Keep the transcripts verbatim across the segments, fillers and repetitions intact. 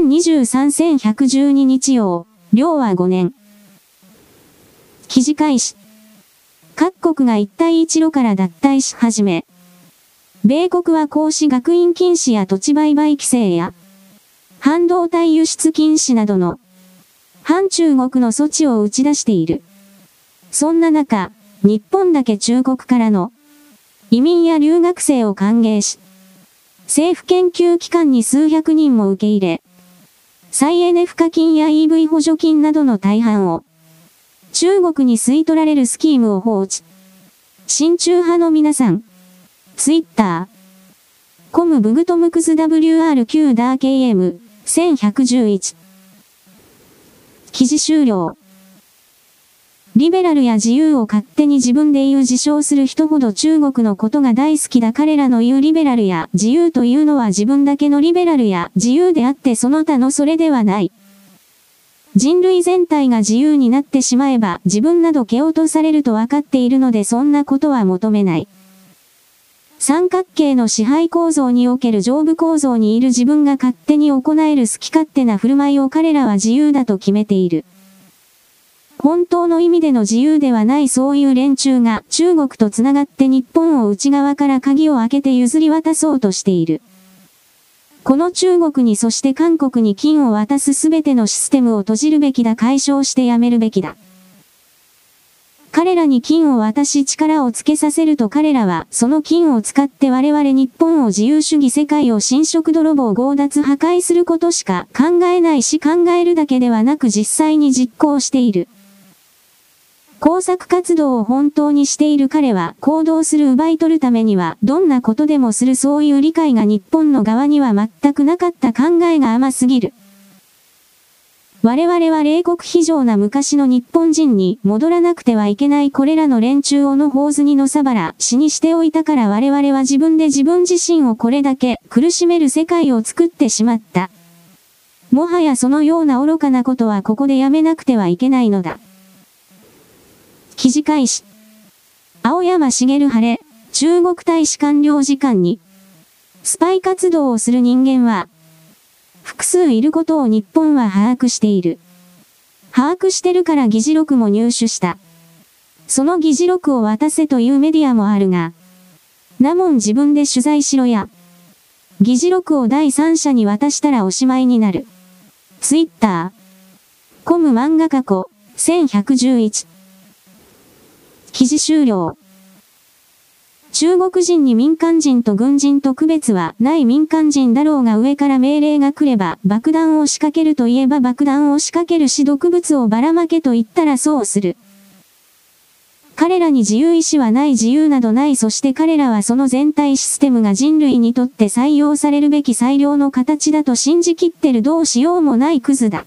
んにじゅうさん せんひゃくじゅうに日曜、令和ごねん。記事開始。各国が一帯一路から脱退し始め。米国は孔子学院禁止や土地売買規制や、半導体輸出禁止などの、反中国の措置を打ち出している。そんな中、日本だけ中国からの移民や留学生を歓迎し、政府研究機関に数百人も受け入れ、再エネ賦課金や イーブイ 補助金などの大半を中国に吸い取られるスキームを放置。親中派の皆さん、ツイッター、コムブグトムクス ダブリューアールキュー ダー ケーエムせんひゃくじゅういち。記事終了。リベラルや自由を勝手に自分で言う自称する人ほど中国のことが大好きだ。彼らの言うリベラルや自由というのは自分だけのリベラルや自由であってその他のそれではない。人類全体が自由になってしまえば自分など蹴落とされると分かっているのでそんなことは求めない。三角形の支配構造における上部構造にいる自分が勝手に行える好き勝手な振る舞いを彼らは自由だと決めている。本当の意味での自由ではないそういう連中が中国とつながって日本を内側から鍵を開けて譲り渡そうとしている。この中国にそして韓国に金を渡すすべてのシステムを閉じるべきだ。解消してやめるべきだ。彼らに金を渡し力をつけさせると彼らはその金を使って我々日本を自由主義世界を侵食泥棒強奪破壊することしか考えないし考えるだけではなく実際に実行している。工作活動を本当にしている彼は行動する奪い取るためにはどんなことでもするそういう理解が日本の側には全くなかった考えが甘すぎる。我々は冷酷非情な昔の日本人に戻らなくてはいけないこれらの連中をのほうずにのさばら死にしておいたから我々は自分で自分自身をこれだけ苦しめる世界を作ってしまった。もはやそのような愚かなことはここでやめなくてはいけないのだ。記事開始。青山茂晴れ、中国大使館領事館に、スパイ活動をする人間は、複数いることを日本は把握している。把握してるから議事録も入手した。その議事録を渡せというメディアもあるが、なもん自分で取材しろや。議事録を第三者に渡したらおしまいになる。ツイッター、コム漫画過去、せんひゃくじゅういち。記事終了。中国人に民間人と軍人と区別はない民間人だろうが上から命令が来れば爆弾を仕掛けると言えば爆弾を仕掛けるし毒物をばらまけと言ったらそうする。彼らに自由意志はない自由などないそして彼らはその全体システムが人類にとって採用されるべき最良の形だと信じきってるどうしようもないクズだ。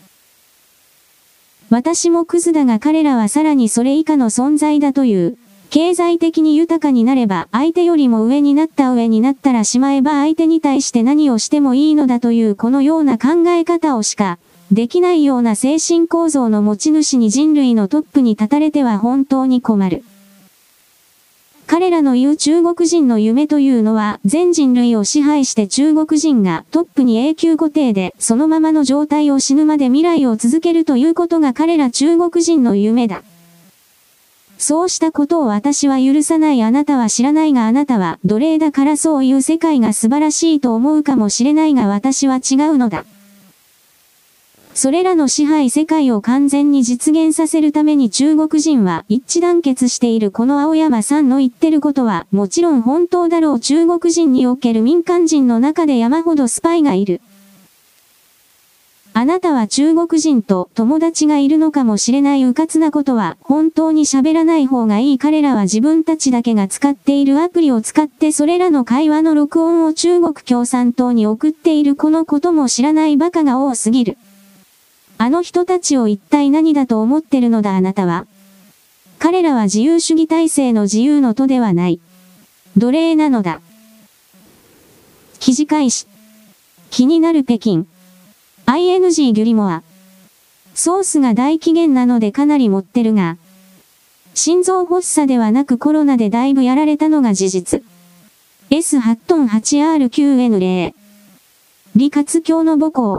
私もクズだが彼らはさらにそれ以下の存在だという。経済的に豊かになれば相手よりも上になった上になったらしまえば相手に対して何をしてもいいのだというこのような考え方をしかできないような精神構造の持ち主に人類のトップに立たれては本当に困る。彼らの言う中国人の夢というのは全人類を支配して中国人がトップに永久固定でそのままの状態を死ぬまで未来を続けるということが彼ら中国人の夢だ。そうしたことを私は許さない。あなたは知らないがあなたは奴隷だからそういう世界が素晴らしいと思うかもしれないが私は違うのだ。それらの支配世界を完全に実現させるために中国人は一致団結している。この青山さんの言ってることはもちろん本当だろう。中国人における民間人の中で山ほどスパイがいる。あなたは中国人と友達がいるのかもしれない。迂闊なことは本当に喋らない方がいい。彼らは自分たちだけが使っているアプリを使ってそれらの会話の録音を中国共産党に送っている。このことも知らないバカが多すぎる。あの人たちを一体何だと思ってるのだあなたは。彼らは自由主義体制の自由の徒ではない。奴隷なのだ。記事開始。気になる北京。アイエヌジー ギュリモア。ソースが大起源なのでかなり持ってるが、心臓発作ではなくコロナでだいぶやられたのが事実。エスはちトン はちアールきゅうエヌゼロ。李克強の母校、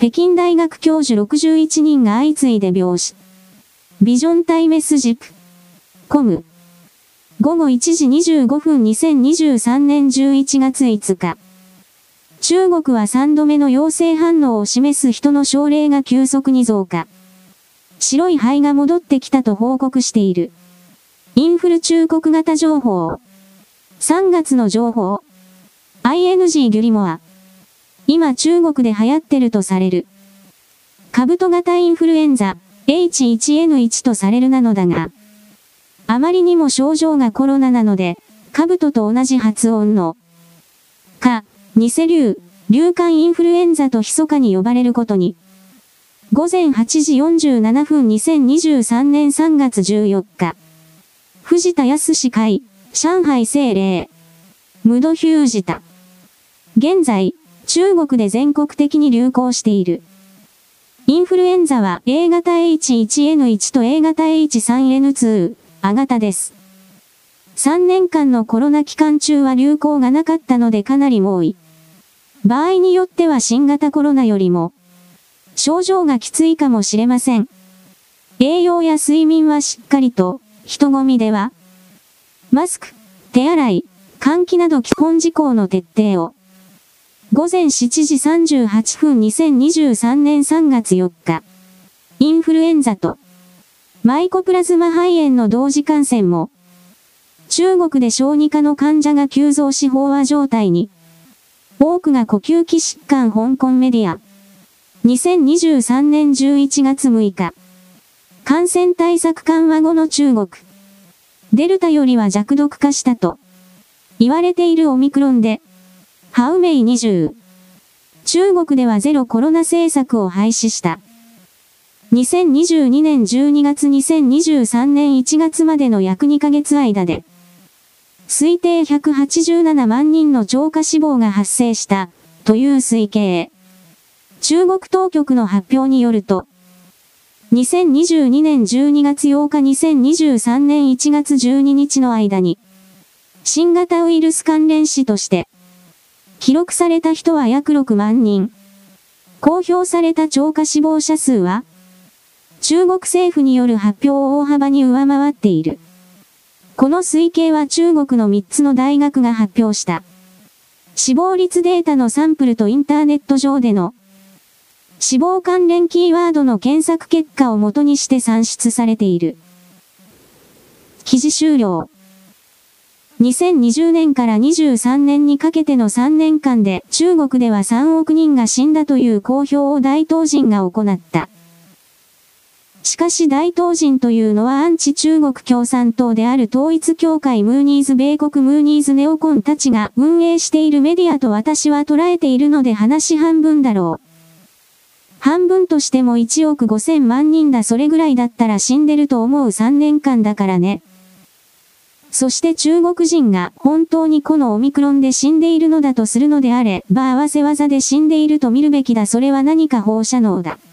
北京大学教授ろくじゅういちにんが相次いで病死。ビジョンタイメスジプ。コム。ごごいちじにじゅうごふんにせんにじゅうさんねんじゅういちがついつか。中国はさんどめの陽性反応を示す人の症例が急速に増加。白い肺が戻ってきたと報告している。インフル中国型情報。さんがつの情報。アイエヌジー ギュリモア。今中国で流行ってるとされる。兜型インフルエンザ、エイチワンエヌワン とされるなのだが、あまりにも症状がコロナなので、兜と同じ発音の、か、偽流、流感インフルエンザと密かに呼ばれることに。ごぜんはちじよんじゅうななふんにせんにじゅうさんねんさんがつじゅうよっか。藤田康会、上海政令。ムドヒュージタ。現在、中国で全国的に流行している。インフルエンザは エー 型 エイチワンエヌワン と エー 型 エイチスリーエヌツー、A 型です。さんねんかんのコロナ期間中は流行がなかったのでかなり多い。場合によっては新型コロナよりも、症状がきついかもしれません。栄養や睡眠はしっかりと、人混みでは、マスク、手洗い、換気など基本事項の徹底を。ごぜんしちじさんじゅうはっぷんにせんにじゅうさんねんさんがつよっか。インフルエンザと、マイコプラズマ肺炎の同時感染も、中国で小児科の患者が急増し飽和状態に、多くが呼吸器疾患香港メディア。にせんにじゅうさんねんじゅういちがつむいか。感染対策緩和後の中国。デルタよりは弱毒化したと言われているオミクロンで、ハウメイにじゅう。中国ではゼロコロナ政策を廃止した。にせんにじゅうにねんじゅうにがつにせんにじゅうさんねんいちがつまでの約にかげつ間で、推定ひゃくはちじゅうななまんにんの超過死亡が発生した、という推計。中国当局の発表によると、にせんにじゅうにねんじゅうにがつようかにせんにじゅうさんねんいちがつじゅうににちの間に、新型ウイルス関連死として、記録された人は約ろくまんにん。公表された超過死亡者数は、中国政府による発表を大幅に上回っている。この推計は中国のみっつの大学が発表した。死亡率データのサンプルとインターネット上での死亡関連キーワードの検索結果を元にして算出されている。記事終了。にせんにじゅうねんからにじゅうさんねんにかけてのさんねんかんで中国ではさんおくにんが死んだという公表を大東人が行った。しかし大東人というのはアンチ中国共産党である統一協会ムーニーズ米国ムーニーズネオコンたちが運営しているメディアと私は捉えているので話半分だろう。半分としてもいちおくごせんまんにんだそれぐらいだったら死んでると思うさんねんかんだからね。そして中国人が本当にこのオミクロンで死んでいるのだとするのであれば合わせ技で死んでいると見るべきだそれは何か放射能だ。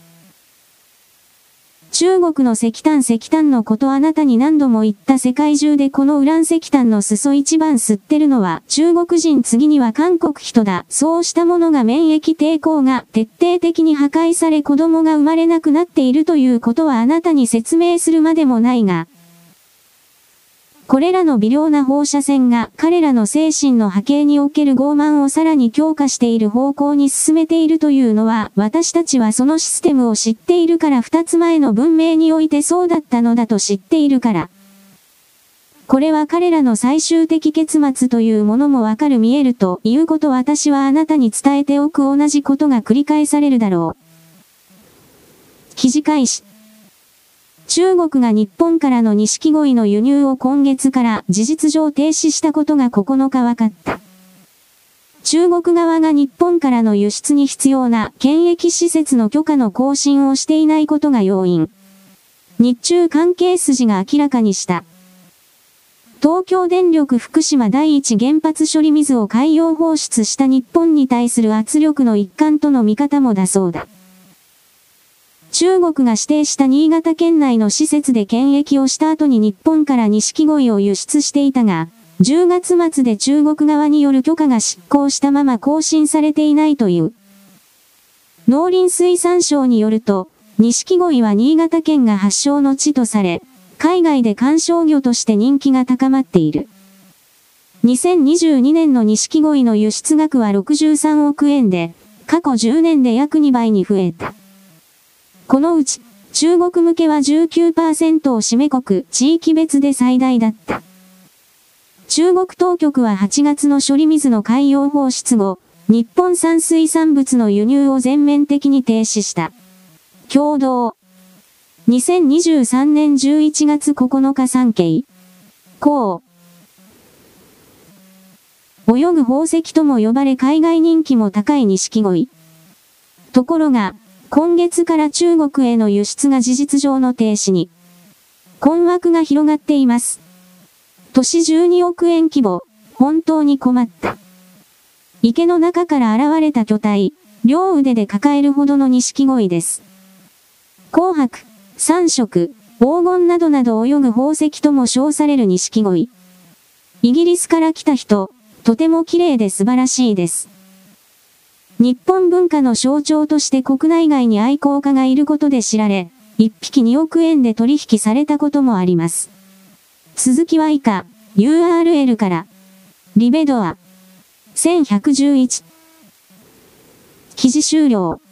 中国の石炭石炭のことあなたに何度も言った世界中でこのウラン石炭の裾一番吸ってるのは中国人次には韓国人だ。そうしたものが免疫抵抗が徹底的に破壊され子供が生まれなくなっているということはあなたに説明するまでもないが、これらの微量な放射線が彼らの精神の波形における傲慢をさらに強化している方向に進めているというのは私たちはそのシステムを知っているから二つ前の文明においてそうだったのだと知っているから。これは彼らの最終的結末というものもわかる見えるということ私はあなたに伝えておく同じことが繰り返されるだろう。記事開始。中国が日本からの錦鯉の輸入を今月から事実上停止したことがここのか分かった。中国側が日本からの輸出に必要な検疫施設の許可の更新をしていないことが要因。日中関係筋が明らかにした。東京電力福島第一原発処理水を海洋放出した日本に対する圧力の一環との見方もだそうだ。中国が指定した新潟県内の施設で検疫をした後に日本から錦鯉を輸出していたが、じゅうがつまつで中国側による許可が失効したまま更新されていないという。 農林水産省によると、錦鯉は新潟県が発祥の地とされ、海外で観賞魚として人気が高まっている。にせんにじゅうにねんの錦鯉の輸出額はろくじゅうさんおくえんで、過去じゅうねんで約にばいに増えた。このうち、中国向けは じゅうきゅうパーセント を占め国、地域別で最大だった。中国当局ははちがつの処理水の海洋放出後、日本産水産物の輸入を全面的に停止した。共同。にせんにじゅうさんねんじゅういちがつここのか産経。こう。泳ぐ宝石とも呼ばれ海外人気も高い錦鯉。ところが、今月から中国への輸出が事実上の停止に。困惑が広がっています。年じゅうにおくえん規模、本当に困った。池の中から現れた巨体、両腕で抱えるほどの錦鯉です。紅白、三色、黄金などなど泳ぐ宝石とも称される錦鯉。イギリスから来た人、とても綺麗で素晴らしいです。日本文化の象徴として国内外に愛好家がいることで知られ、いっぴきにおくえんで取引されたこともあります。続きは以下、ユーアールエル から。リベドア。せんひゃくじゅういち。記事終了。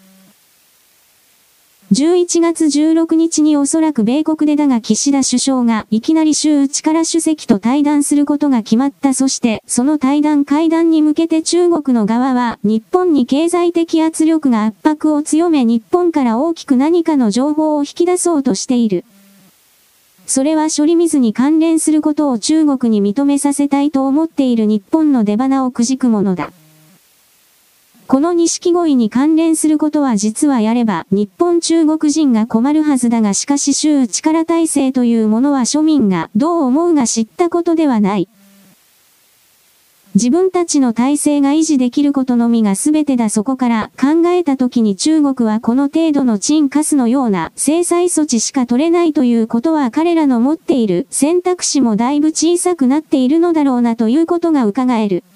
じゅういちがつじゅうろくにちにおそらく米国でだが岸田首相がいきなり習力主席と対談することが決まった。そしてその対談会談に向けて中国の側は日本に経済的圧力が圧迫を強め日本から大きく何かの情報を引き出そうとしている。それは処理水に関連することを中国に認めさせたいと思っている日本の出鼻をくじくものだ。この錦鯉に関連することは実はやれば日本中国人が困るはずだがしかし習力体制というものは庶民がどう思うが知ったことではない。自分たちの体制が維持できることのみが全てだ。そこから考えたときに中国はこの程度の鎮火スのような制裁措置しか取れないということは彼らの持っている選択肢もだいぶ小さくなっているのだろうなということが伺える。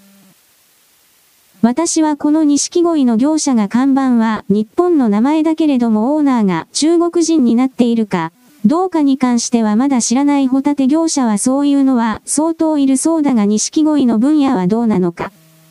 私はこの錦鯉の業者が看板は日本の名前だけれどもオーナーが中国人になっているかどうかに関してはまだ知らない。ホタテ業者はそういうのは相当いるそうだが錦鯉の分野はどうなのか。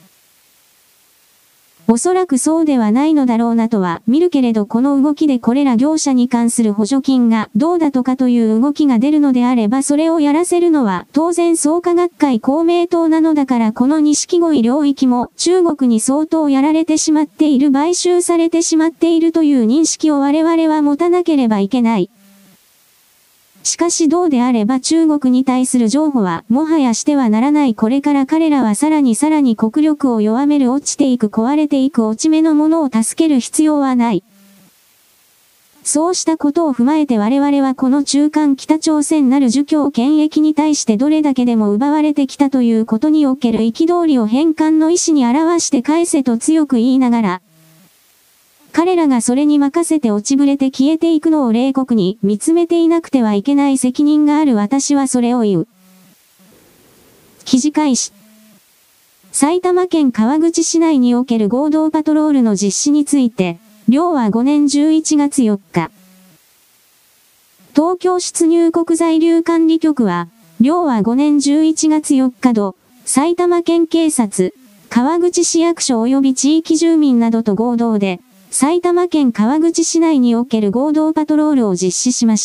おそらくそうではないのだろうなとは見るけれどこの動きでこれら業者に関する補助金がどうだとかという動きが出るのであればそれをやらせるのは当然創価学会公明党なのだからこの錦鯉領域も中国に相当やられてしまっている買収されてしまっているという認識を我々は持たなければいけない。しかしどうであれば中国に対する譲歩はもはやしてはならない。これから彼らはさらにさらに国力を弱める落ちていく壊れていく落ち目のものを助ける必要はない。そうしたことを踏まえて我々はこの中間北朝鮮なる儒教権益に対してどれだけでも奪われてきたということにおける憤りを返還の意思に表して返せと強く言いながら、彼らがそれに任せて落ちぶれて消えていくのを冷酷に見つめていなくてはいけない責任がある。私はそれを言う。記事開始。埼玉県川口市内における合同パトロールの実施について、令和ごねんじゅういちがつよっか。東京出入国在留管理局は、令和ごねんじゅういちがつよっか土、埼玉県警察、川口市役所及び地域住民などと合同で、埼玉県川口市内における合同パトロールを実施しました。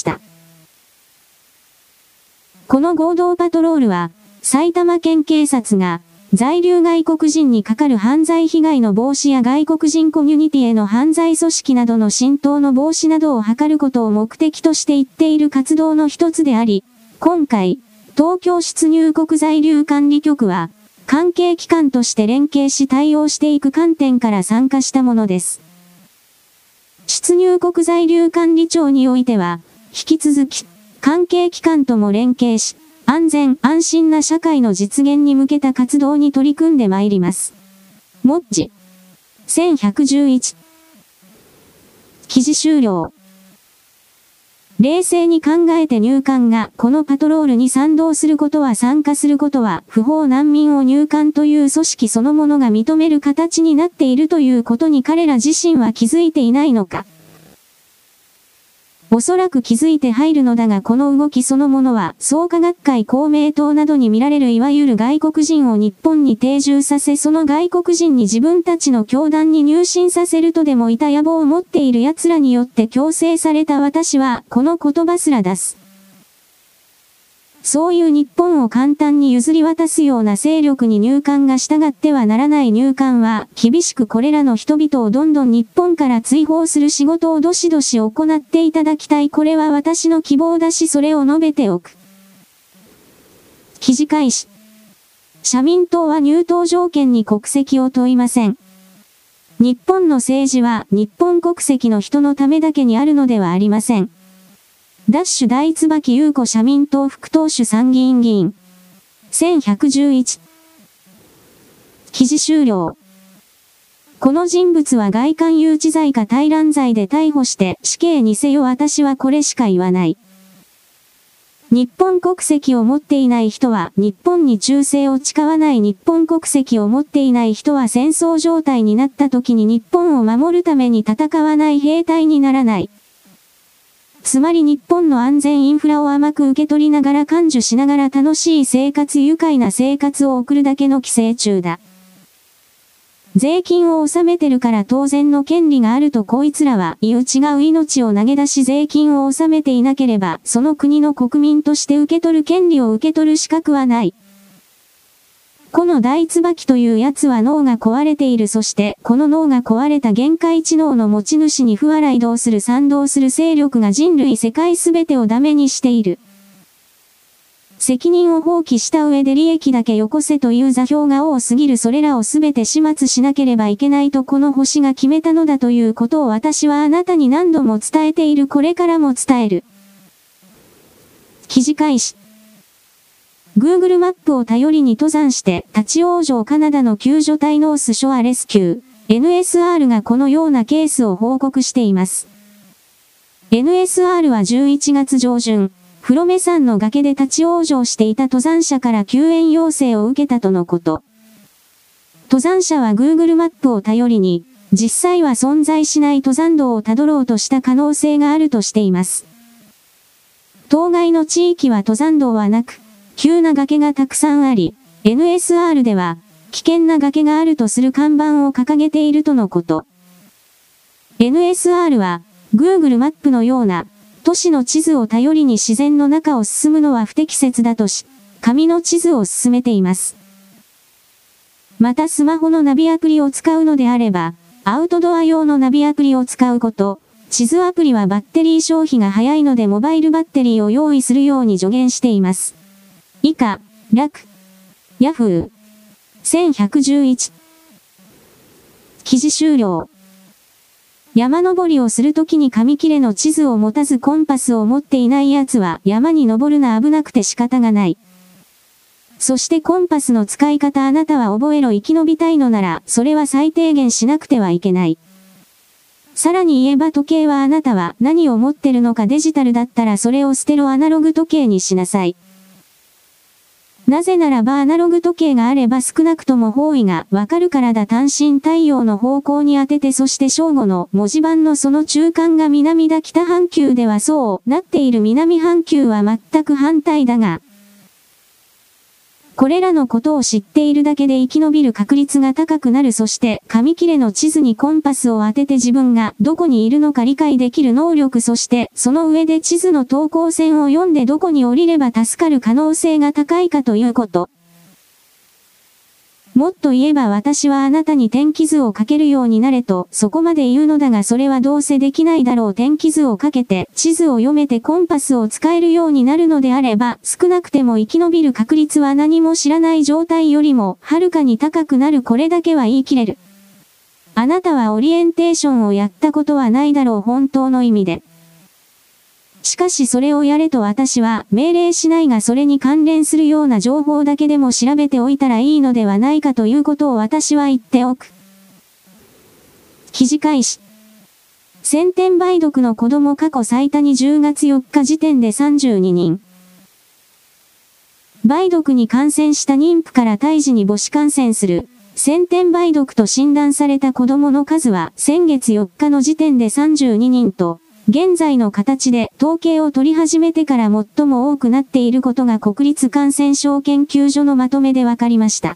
この合同パトロールは、埼玉県警察が、在留外国人にかかる犯罪被害の防止や外国人コミュニティへの犯罪組織などの浸透の防止などを図ることを目的として言っている活動の一つであり、今回、東京出入国在留管理局は、関係機関として連携し対応していく観点から参加したものです。出入国在留管理庁においては、引き続き、関係機関とも連携し、安全安心な社会の実現に向けた活動に取り組んでまいります。モッジ。せんひゃくじゅういち。記事終了。 冷静に考えて入管がこのパトロールに賛同することは参加することは不法難民を入管という組織そのものが認める形になっているということに彼ら自身は気づいていないのか。おそらく気づいて入るのだがこの動きそのものは創価学会公明党などに見られるいわゆる外国人を日本に定住させその外国人に自分たちの教団に入信させるとでもいた野望を持っている奴らによって強制された私はこの言葉すら出す。そういう日本を簡単に譲り渡すような勢力に入管が従ってはならない入管は厳しくこれらの人々をどんどん日本から追放する仕事をどしどし行っていただきたい。これは私の希望だしそれを述べておく。記事開始。社民党は入党条件に国籍を問いません。日本の政治は日本国籍の人のためだけにあるのではありません。ダッシュ大椿優子社民党副党首参議院議員。せんひゃくじゅういち。記事終了。この人物は外観誘致罪か対乱罪で逮捕して死刑にせよ私はこれしか言わない。日本国籍を持っていない人は日本に忠誠を誓わない日本国籍を持っていない人は戦争状態になった時に日本を守るために戦わない兵隊にならない。つまり日本の安全インフラを甘く受け取りながら感受しながら楽しい生活愉快な生活を送るだけの寄生虫だ。税金を納めてるから当然の権利があるとこいつらは言う違う命を投げ出し税金を納めていなければその国の国民として受け取る権利を受け取る資格はない。この大椿というやつは脳が壊れている。そしてこの脳が壊れた限界知能の持ち主に不笑い動する賛同する勢力が人類世界すべてをダメにしている。責任を放棄した上で利益だけよこせという座標が多すぎる。それらをすべて始末しなければいけないとこの星が決めたのだということを私はあなたに何度も伝えている。これからも伝える。記事開始。Google マップを頼りに登山して立ち往生カナダの救助隊ノースショアレスキュー エヌエスアール がこのようなケースを報告しています。エヌエスアール はじゅういちがつ上旬、フロメ山の崖で立ち往生していた登山者から救援要請を受けたとのこと。登山者は Google マップを頼りに、実際は存在しない登山道をたどろうとした可能性があるとしています。当該の地域は登山道はなく、急な崖がたくさんあり、エヌエスアール では、危険な崖があるとする看板を掲げているとのこと。エヌエスアール は、Google マップのような、都市の地図を頼りに自然の中を進むのは不適切だとし、紙の地図を進めています。またスマホのナビアプリを使うのであれば、アウトドア用のナビアプリを使うこと、地図アプリはバッテリー消費が早いのでモバイルバッテリーを用意するように助言しています。以下、楽。ヤフー。せんひゃくじゅういち。記事終了。山登りをするときに紙切れの地図を持たずコンパスを持っていない奴は山に登るな危なくて仕方がない。そしてコンパスの使い方あなたは覚えろ。生き延びたいのならそれは最低限しなくてはいけない。さらに言えば時計はあなたは何を持ってるのかデジタルだったらそれを捨てろアナログ時計にしなさい。なぜならばアナログ時計があれば少なくとも方位がわかるからだ。単身太陽の方向に当ててそして正午の文字盤のその中間が南だ。北半球ではそうなっている。南半球は全く反対だが、これらのことを知っているだけで生き延びる確率が高くなる。そして紙切れの地図にコンパスを当てて自分がどこにいるのか理解できる能力、そしてその上で地図の等高線を読んでどこに降りれば助かる可能性が高いかということ。もっと言えば私はあなたに天気図をかけるようになれとそこまで言うのだがそれはどうせできないだろう。天気図をかけて地図を読めてコンパスを使えるようになるのであれば少なくても生き延びる確率は何も知らない状態よりもはるかに高くなる。これだけは言い切れる。あなたはオリエンテーションをやったことはないだろう。本当の意味で。しかしそれをやれと私は命令しないがそれに関連するような情報だけでも調べておいたらいいのではないかということを私は言っておく。記事開始。 先天梅毒の子供過去最多にじゅうがつよっか時点でさんじゅうににん。梅毒に感染した妊婦から胎児に母子感染する、先天梅毒と診断された子供の数は先月よっかの時点でさんじゅうににんと、現在の形で統計を取り始めてから最も多くなっていることが国立感染症研究所のまとめで分かりました。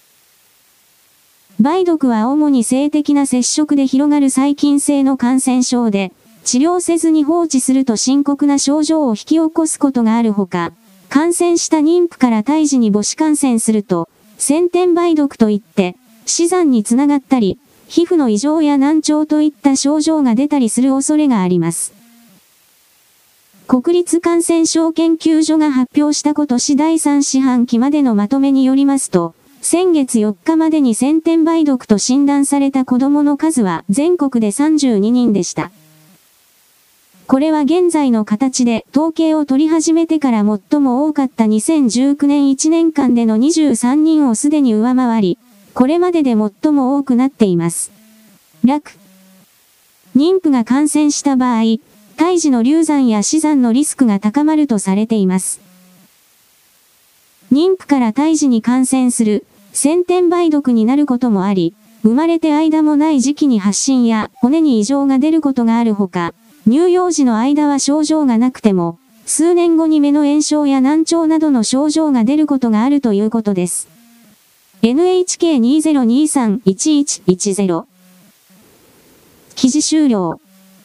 梅毒は主に性的な接触で広がる細菌性の感染症で、治療せずに放置すると深刻な症状を引き起こすことがあるほか、感染した妊婦から胎児に母子感染すると、先天梅毒といって、死産につながったり、皮膚の異常や難聴といった症状が出たりする恐れがあります。国立感染症研究所が発表した今年だいさん四半期までのまとめによりますと、先月よっかまでに先天梅毒と診断された子供の数は全国でさんじゅうににんでした。これは現在の形で統計を取り始めてから最も多かったにせんじゅうきゅうねんいちねんかんでのにじゅうさんにんをすでに上回り、これまでで最も多くなっています。楽。妊婦が感染した場合、胎児の流産や死産のリスクが高まるとされています。妊婦から胎児に感染する先天梅毒になることもあり、生まれて間もない時期に発疹や骨に異常が出ることがあるほか、乳幼児の間は症状がなくても、数年後に目の炎症や難聴などの症状が出ることがあるということです。エヌエイチケーにせんにじゅうさん いちいちいちゼロ 記事終了。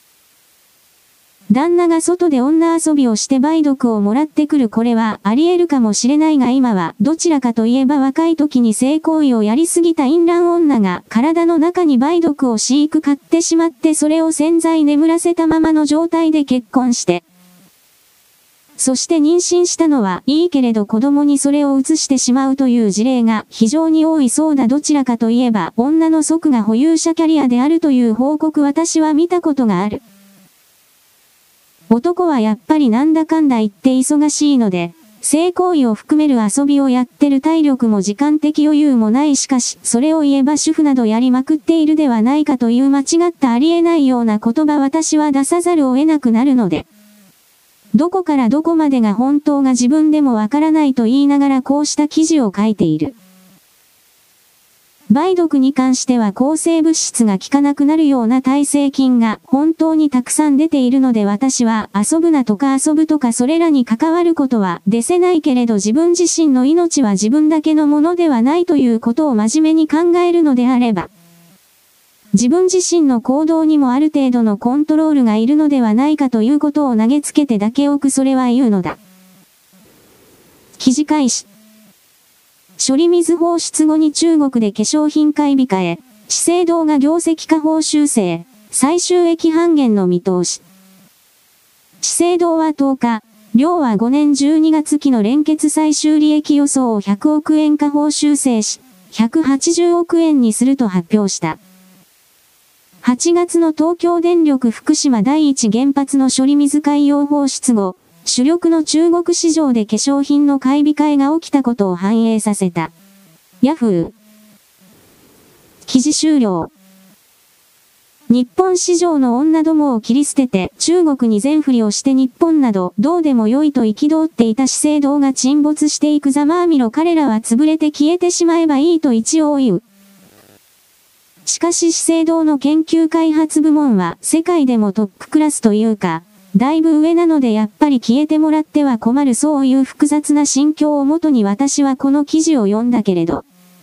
旦那が外で女遊びをして梅毒をもらってくるこれはあり得るかもしれないが今はどちらかといえば若い時に性行為をやりすぎた淫乱女が体の中に梅毒を飼育買ってしまってそれを洗剤眠らせたままの状態で結婚して、そして妊娠したのはいいけれど子供にそれを移してしまうという事例が非常に多いそうだ。どちらかといえば女の祖父が保有者キャリアであるという報告私は見たことがある。男はやっぱりなんだかんだ言って忙しいので、性行為を含める遊びをやってる体力も時間的余裕もないしかし、それを言えば主婦などやりまくっているではないかという間違ったありえないような言葉私は出さざるを得なくなるので。どこからどこまでが本当が自分でもわからないと言いながらこうした記事を書いている。梅毒に関しては抗生物質が効かなくなるような耐性菌が本当にたくさん出ているので私は遊ぶなとか遊ぶとかそれらに関わることは出せないけれど自分自身の命は自分だけのものではないということを真面目に考えるのであれば、自分自身の行動にもある程度のコントロールがいるのではないかということを投げつけてだけおくそれは言うのだ。記事開始。処理水放出後に中国で化粧品買い控え、資生堂が業績下方修正、最終益半減の見通し。資生堂はとおか、両はごねんじゅうにがつ期の連結最終利益予想をひゃくおくえん下方修正し、ひゃくはちじゅうおくえんにすると発表した。はちがつの東京電力福島第一原発の処理水海洋放出後、主力の中国市場で化粧品の買い控えが起きたことを反映させた。ヤフー。記事終了。日本市場の女どもを切り捨てて中国に全振りをして日本などどうでもよいと憤っていた資生堂が沈没していくざまあみろ彼らは潰れて消えてしまえばいいと一応言う。しかし資生堂の研究開発部門は世界でもトップクラスというか、だいぶ上なのでやっぱり消えてもらっては困るそういう複雑な心境をもとに私はこの記事を読んだけれど。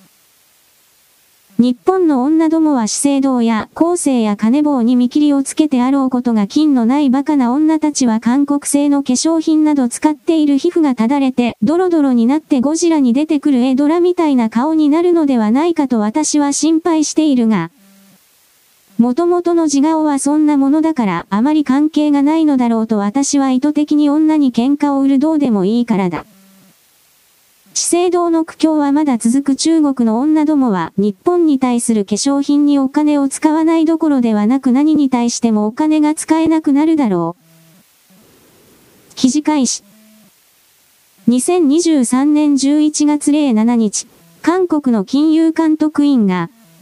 日本の女どもは資生堂や厚生や金棒に見切りをつけてあろうことが金のないバカな女たちは韓国製の化粧品など使っている皮膚がただれてドロドロになってゴジラに出てくるエドラみたいな顔になるのではないかと私は心配しているが、元々の自顔はそんなものだからあまり関係がないのだろうと私は意図的に女に喧嘩を売るどうでもいいからだ。資生堂の苦境はまだ続く中国の女どもは日本に対する化粧品にお金を使わないどころではなく何に対してもお金が使えなくなるだろう。記事開始。にせんにじゅうさんねんじゅういちがつれいしちにち、韓国の金融監督院が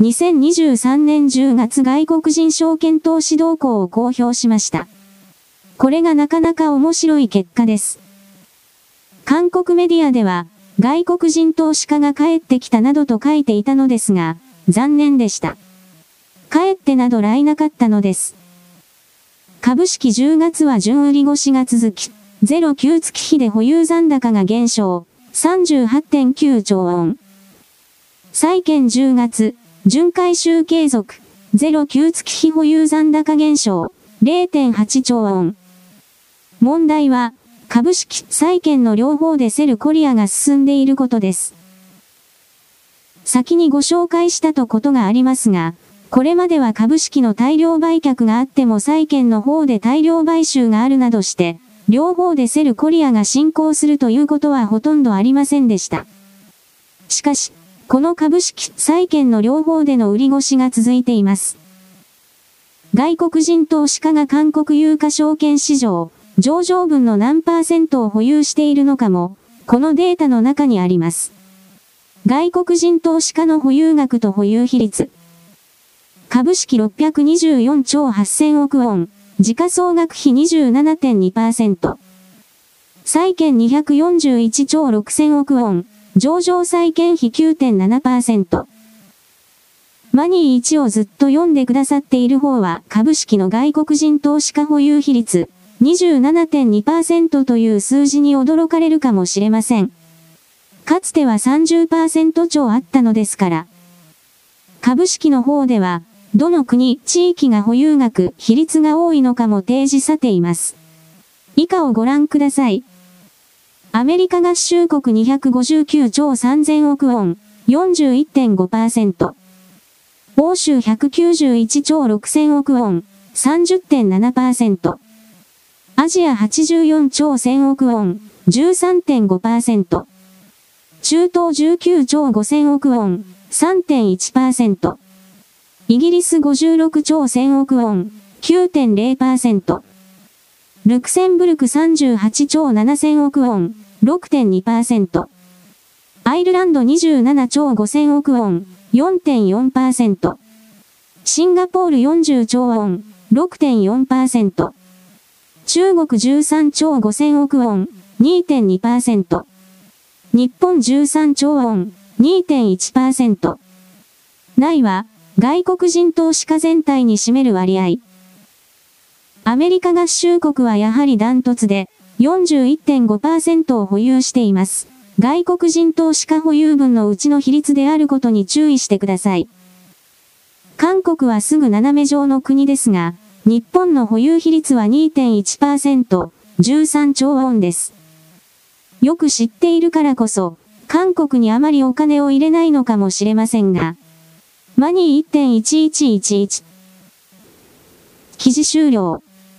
にせんにじゅうさんねんじゅうがつ外国人証券投資動向を公表しました。これがなかなか面白い結果です。韓国メディアでは、外国人投資家が帰ってきたなどと書いていたのですが、残念でした。帰ってなど来なかったのです。株式じゅうがつは純売り越しが続き、ゼロきゅう月比で保有残高が減少、さんじゅうはちてんきゅうちょうウォン。債券じゅうがつ、純回収継続、ゼロきゅう月比保有残高減少、れいてんはちちょうウォン。問題は、株式、債券の両方でセルコリアが進んでいることです。先にご紹介したとことがありますが、これまでは株式の大量売却があっても債券の方で大量買収があるなどして、両方でセルコリアが進行するということはほとんどありませんでした。しかし、この株式、債券の両方での売り越しが続いています。外国人投資家が韓国有価証券市場、上場分の何パーセントを保有しているのかも、このデータの中にあります。外国人投資家の保有額と保有比率。株式ろっぴゃくにじゅうよんちょうはっせんおくウォン、時価総額比 にじゅうななてんにパーセント。債券にひゃくよんじゅういちちょうろくせんおくウォン、上場債券比 きゅうてんななパーセント。マニーいちをずっと読んでくださっている方は株式の外国人投資家保有比率 にじゅうななてんにパーセント という数字に驚かれるかもしれません。かつては さんじゅっパーセント 超あったのですから。株式の方では、どの国、地域が保有額、比率が多いのかも提示されています。以下をご覧ください。アメリカ合衆国にひゃくごじゅうきゅうちょうさんぜんおくウォン、よんじゅういってんごパーセント。欧州ひゃくきゅうじゅういちちょうろくせんおくウォン、さんじゅってんななパーセント。アジアはちじゅうよんちょうせんおくウォン、じゅうさんてんごパーセント。中東じゅうきゅうちょうごせんおくウォン、さんてんいちパーセント。イギリスごじゅうろくちょうせんおくウォン、きゅうてんれいパーセント。ルクセンブルクさんじゅうはちちょうななせんおくウォン、ろくてんにパーセント。アイルランドにじゅうななちょうごせんおくウォン、よんてんよんパーセント。シンガポールよんじゅうちょうウォン、ろくてんよんパーセント。中国じゅうさんちょうごせんおくウォン、にてんにパーセント。日本じゅうさんちょうウォン、にてんいちパーセント。ないは、外国人投資家全体に占める割合。アメリカ合衆国はやはりダントツで よんじゅういってんごパーセント を保有しています。外国人投資家保有分のうちの比率であることに注意してください。韓国はすぐ斜め上の国ですが、日本の保有比率は にてんいちパーセント、じゅうさんちょうウォンです。よく知っているからこそ、韓国にあまりお金を入れないのかもしれませんが、マニー いってんいちいちいちいち。記事終了。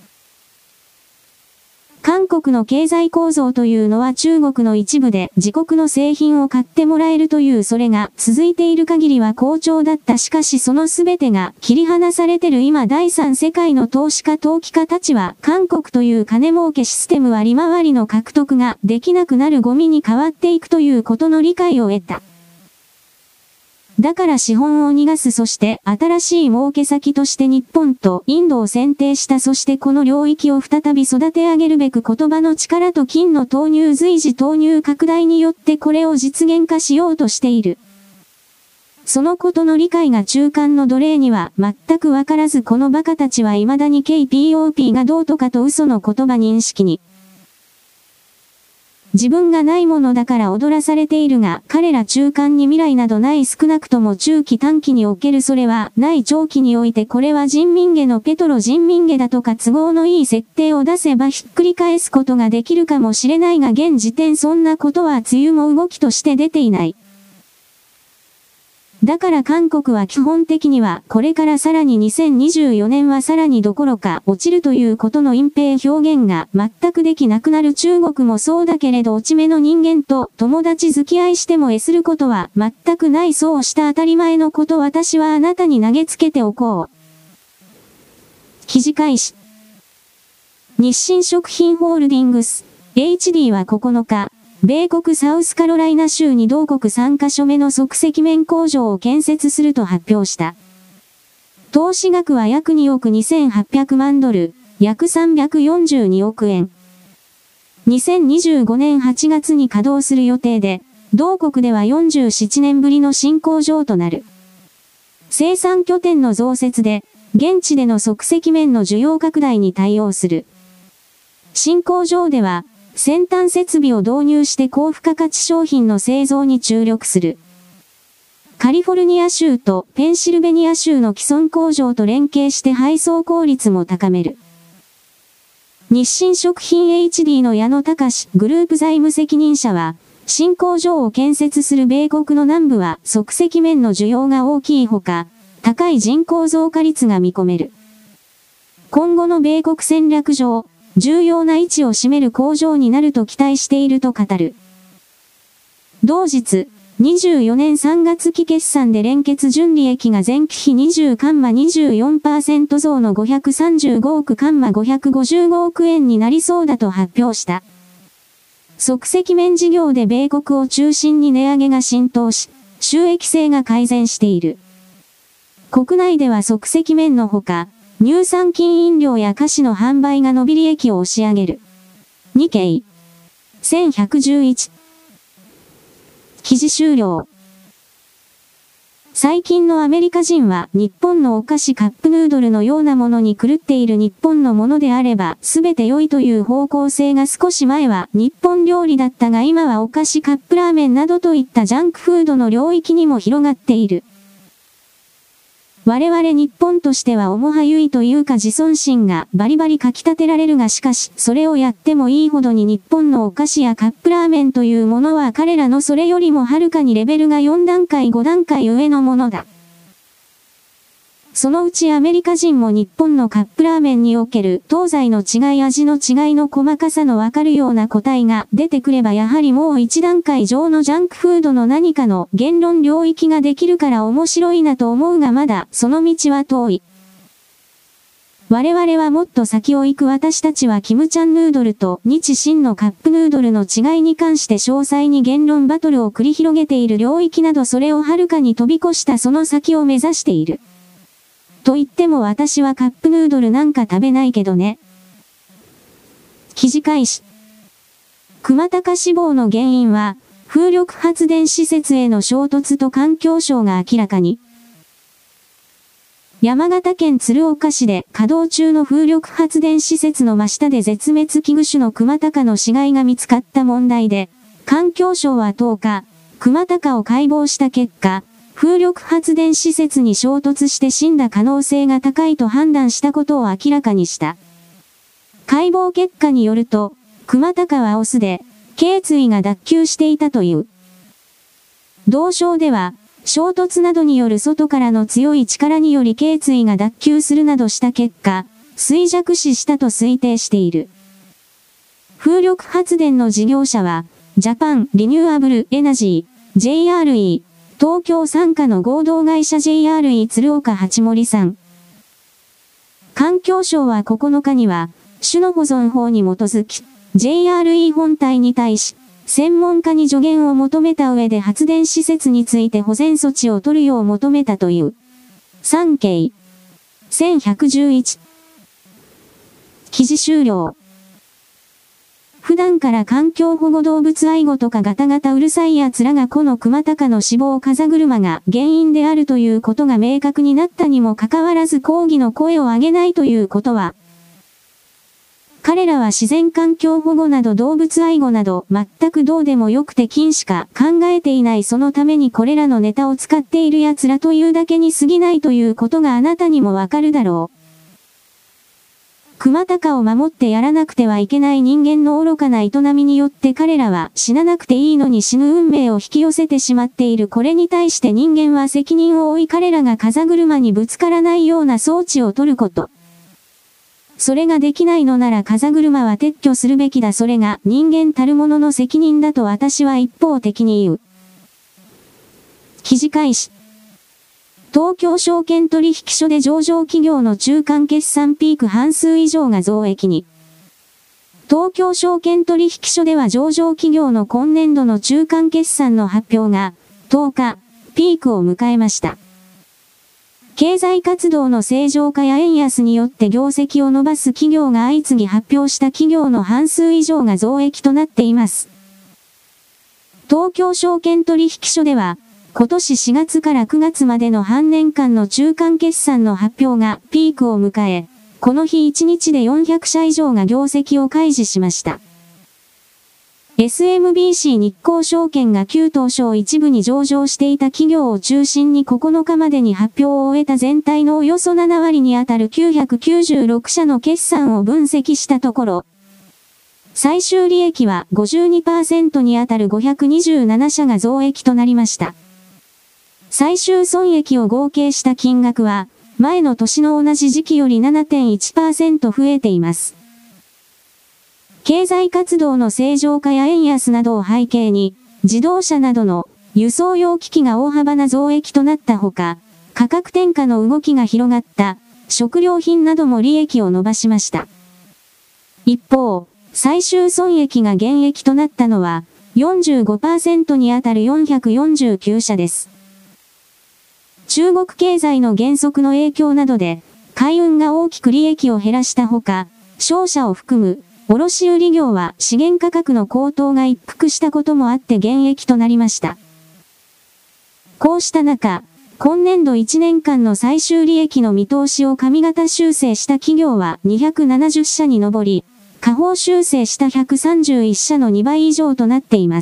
韓国の経済構造というのは中国の一部で自国の製品を買ってもらえるというそれが続いている限りは好調だった。しかしそのすべてが切り離されてる今第三世界の投資家投機家たちは韓国という金儲けシステムは利回りの獲得ができなくなるゴミに変わっていくということの理解を得た。だから資本を逃がす。そして新しい儲け先として日本とインドを選定した。そしてこの領域を再び育て上げるべく言葉の力と金の投入随時投入拡大によってこれを実現化しようとしている。そのことの理解が中間の奴隷には全くわからずこのバカたちは未だに ケーピーオーピー がどうとかと嘘の言葉認識に。自分がないものだから踊らされているが、彼ら中間に未来などない。少なくとも中期短期におけるそれはない長期においてこれは人民下のペトロ人民下だとか都合のいい設定を出せばひっくり返すことができるかもしれないが現時点そんなことはつゆも動きとして出ていない。だから韓国は基本的にはこれからさらににせんにじゅうよねんはさらにどころか落ちるということの隠蔽表現が全くできなくなる。中国もそうだけれど落ち目の人間と友達付き合いしても得することは全くない。そうした当たり前のこと私はあなたに投げつけておこう。記事開始。日清食品ホールディングス エイチディー はここのか、 米国サウスカロライナ州に同国さんカ所目の即席麺工場を建設すると発表した。投資額は約におくにせんはっぴゃくまんドル、約さんびゃくよんじゅうにおくえん。にせんにじゅうごねんはちがつに稼働する予定で、同国ではよんじゅうななねんぶりの新工場となる。生産拠点の増設で、現地での即席麺の需要拡大に対応する。新工場では、先端設備を導入して高付加価値商品の製造に注力する。カリフォルニア州とペンシルベニア州の既存工場と連携して配送効率も高める。日清食品 エイチディー の矢野隆グループ財務責任者は、新工場を建設する米国の南部は即席麺の需要が大きいほか、高い人口増加率が見込める。今後の米国戦略上、重要な位置を占める工場になると期待していると語る。同日、にじゅうよねんさんがつ期決算で連結純利益が前期比 にじゅう、にじゅうよんパーセント 増のごひゃくさんじゅうごおく、ごひゃくごじゅうごおくえんになりそうだと発表した。即席麺事業で米国を中心に値上げが浸透し、収益性が改善している。国内では即席麺のほか、乳酸菌飲料や菓子の販売が伸び利益を押し上げる。日経せんひゃくじゅういち記事終了。最近のアメリカ人は日本のお菓子カップヌードルのようなものに狂っている。日本のものであれば全て良いという方向性が少し前は日本料理だったが今はお菓子カップラーメンなどといったジャンクフードの領域にも広がっている。我々日本としては面はゆいというか自尊心がバリバリかき立てられるがしかしそれをやってもいいほどに日本のお菓子やカップラーメンというものは彼らのそれよりもはるかにレベルがよんだんかいごだんかい上のものだ。そのうちアメリカ人も日本のカップラーメンにおける東西の違い味の違いの細かさのわかるような個体が出てくればやはりもう一段階上のジャンクフードの何かの言論領域ができるから面白いなと思うがまだその道は遠い。我々はもっと先を行く。私たちはキムチャンヌードルと日清のカップヌードルの違いに関して詳細に言論バトルを繰り広げている領域などそれをはるかに飛び越したその先を目指している。と言っても私はカップヌードルなんか食べないけどね。記事開始。熊高死亡の原因は、風力発電施設への衝突と環境省が明らかに。山形県鶴岡市で稼働中の風力発電施設の真下で絶滅危惧種の熊高の死骸が見つかった問題で、環境省はとおか、熊高を解剖した結果、風力発電施設に衝突して死んだ可能性が高いと判断したことを明らかにした。解剖結果によると、熊高はオスで、頸椎が脱臼していたという。同省では、衝突などによる外からの強い力により頸椎が脱臼するなどした結果、衰弱死したと推定している。風力発電の事業者は、ジャパン・リニューアブル・エナジー、ジェイアールイー、東京傘下の合同会社 ジェイアールイー 鶴岡八森さん。環境省はここのかには、種の保存法に基づき、ジェイアールイー 本体に対し、専門家に助言を求めた上で発電施設について保全措置を取るよう求めたという。産経せんひゃくじゅういち記事終了。普段から環境保護動物愛護とかガタガタうるさい奴らがこの熊高の死亡風車が原因であるということが明確になったにもかかわらず抗議の声を上げないということは、彼らは自然環境保護など動物愛護など全くどうでもよくて金しか考えていないそのためにこれらのネタを使っている奴らというだけに過ぎないということがあなたにもわかるだろう。熊高を守ってやらなくてはいけない人間の愚かな営みによって彼らは死ななくていいのに死ぬ運命を引き寄せてしまっている。これに対して人間は責任を負い彼らが風車にぶつからないような装置を取ること。それができないのなら風車は撤去するべきだ。それが人間たるものの責任だと私は一方的に言う。記事開始。東京証券取引所で上場企業の中間決算ピーク半数以上が増益に。 東京証券取引所では上場企業の今年度の中間決算の発表がとおか、ピークを迎えました。経済活動の正常化や円安によって業績を伸ばす企業が相次ぎ発表した企業の半数以上が増益となっています。東京証券取引所では、今年しがつからくがつまでの半年間の中間決算の発表がピークを迎え、この日いちにちでよんひゃくしゃ以上が業績を開示しました。エスエムビーシー 日興証券が旧東証一部に上場していた企業を中心にここのかまでに発表を終えた全体のおよそななわりにあたるきゅうひゃくきゅうじゅうろくしゃの決算を分析したところ、最終利益は ごじゅうにパーセント にあたるごひゃくにじゅうななしゃが増益となりました。最終損益を合計した金額は、前の年の同じ時期より ななてんいちパーセント 増えています。経済活動の正常化や円安などを背景に、自動車などの輸送用機器が大幅な増益となったほか、価格転嫁の動きが広がった食料品なども利益を伸ばしました。一方、最終損益が減益となったのは よんじゅうごパーセント にあたるよんひゃくよんじゅうきゅうしゃです。中国経済の減速の影響などで、海運が大きく利益を減らしたほか、商社を含む卸売業は資源価格の高騰が一服したこともあって減益となりました。こうした中、今年度いちねんかんの最終利益の見通しを上方修正した企業はにひゃくななじゅっしゃに上り、下方修正したひゃくさんじゅういっしゃのにばい以上となっています。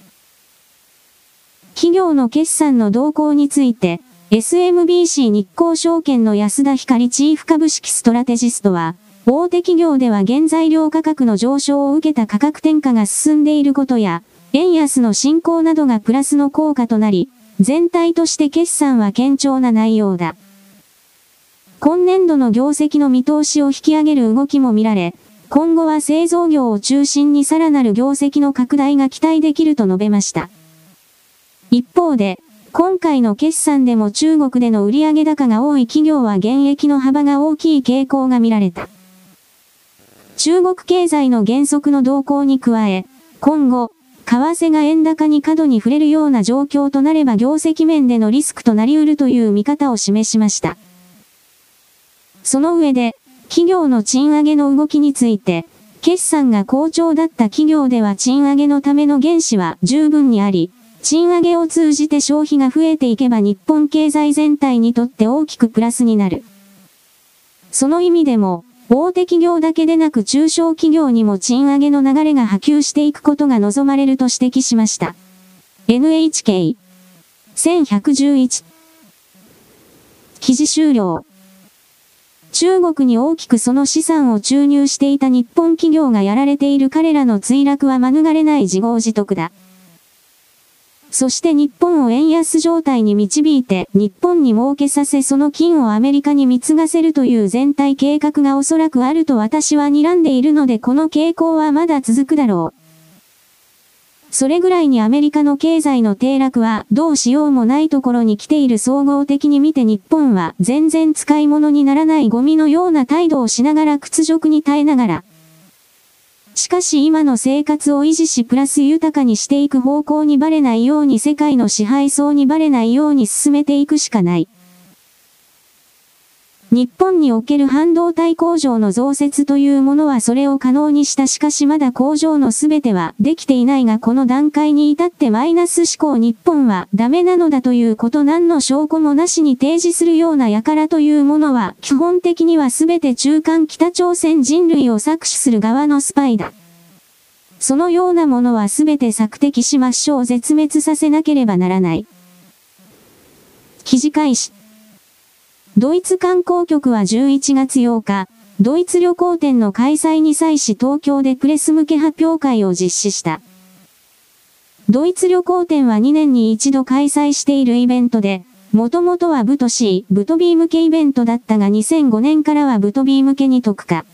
企業の決算の動向について、エスエムビーシー 日興証券の安田光チーフ株式ストラテジストは、大手企業では原材料価格の上昇を受けた価格転嫁が進んでいることや、円安の進行などがプラスの効果となり、全体として決算は堅調な内容だ。今年度の業績の見通しを引き上げる動きも見られ、今後は製造業を中心にさらなる業績の拡大が期待できると述べました。一方で、今回の決算でも中国での売上高が多い企業は減益の幅が大きい傾向が見られた。中国経済の減速の動向に加え、今後、為替が円高に過度に触れるような状況となれば業績面でのリスクとなり得るという見方を示しました。その上で、企業の賃上げの動きについて、決算が好調だった企業では賃上げのための原資は十分にあり、賃上げを通じて消費が増えていけば日本経済全体にとって大きくプラスになる。その意味でも、大手企業だけでなく中小企業にも賃上げの流れが波及していくことが望まれると指摘しました。エヌエイチケーせんひゃくじゅういち 記事終了。中国に大きくその資産を注入していた日本企業がやられている彼らの墜落は免れない自業自得だ。そして日本を円安状態に導いて日本に儲けさせその金をアメリカに貢がせるという全体計画がおそらくあると私は睨んでいるのでこの傾向はまだ続くだろう。それぐらいにアメリカの経済の低落はどうしようもないところに来ている総合的に見て日本は全然使い物にならないゴミのような態度をしながら屈辱に耐えながらしかし今の生活を維持しプラス豊かにしていく方向にバレないように世界の支配層にバレないように進めていくしかない。日本における半導体工場の増設というものはそれを可能にしたしかしまだ工場のすべてはできていないがこの段階に至ってマイナス思考日本はダメなのだということ何の証拠もなしに提示するような輩というものは基本的にはすべて中間北朝鮮人類を搾取する側のスパイだ。そのようなものはすべて索敵しましょう絶滅させなければならない。記事開始。ドイツ観光局はじゅういちがつようか、ドイツ旅行展の開催に際し東京でプレス向け発表会を実施した。ドイツ旅行展はにねんに一度開催しているイベントで、もともとはブと C、ブと B 向けイベントだったがにせんごねんからはブと B 向けに特化。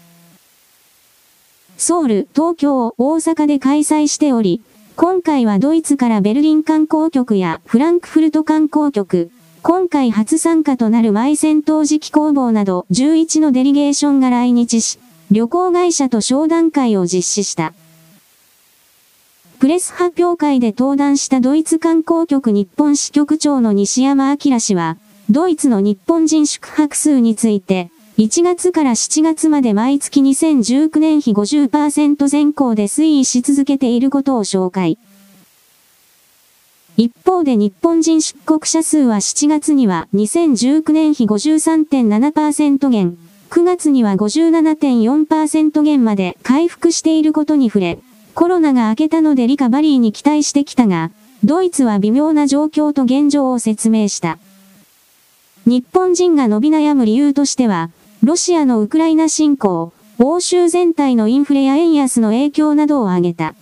ソウル、東京、大阪で開催しており、今回はドイツからベルリン観光局やフランクフルト観光局、今回初参加となるマイ戦闘時機工房などじゅういちのデリゲーションが来日し、 旅行会社と商談会を実施した。プレス発表会で登壇したドイツ観光局日本支局長の西山明氏は、ドイツの日本人宿泊数について、いちがつからしちがつまで毎月にせんじゅうきゅうねん比 ごじゅっパーセント 前後で推移し続けていることを紹介。一方で日本人出国者数はしちがつにはにせんじゅうきゅうねん比 ごじゅうさんてんななパーセント 減、くがつには ごじゅうななてんよんパーセント 減まで回復していることに触れ、コロナが明けたのでリカバリーに期待してきたが、ドイツは微妙な状況と現状を説明した。日本人が伸び悩む理由としては、ロシアのウクライナ侵攻、欧州全体のインフレや円安の影響などを挙げた。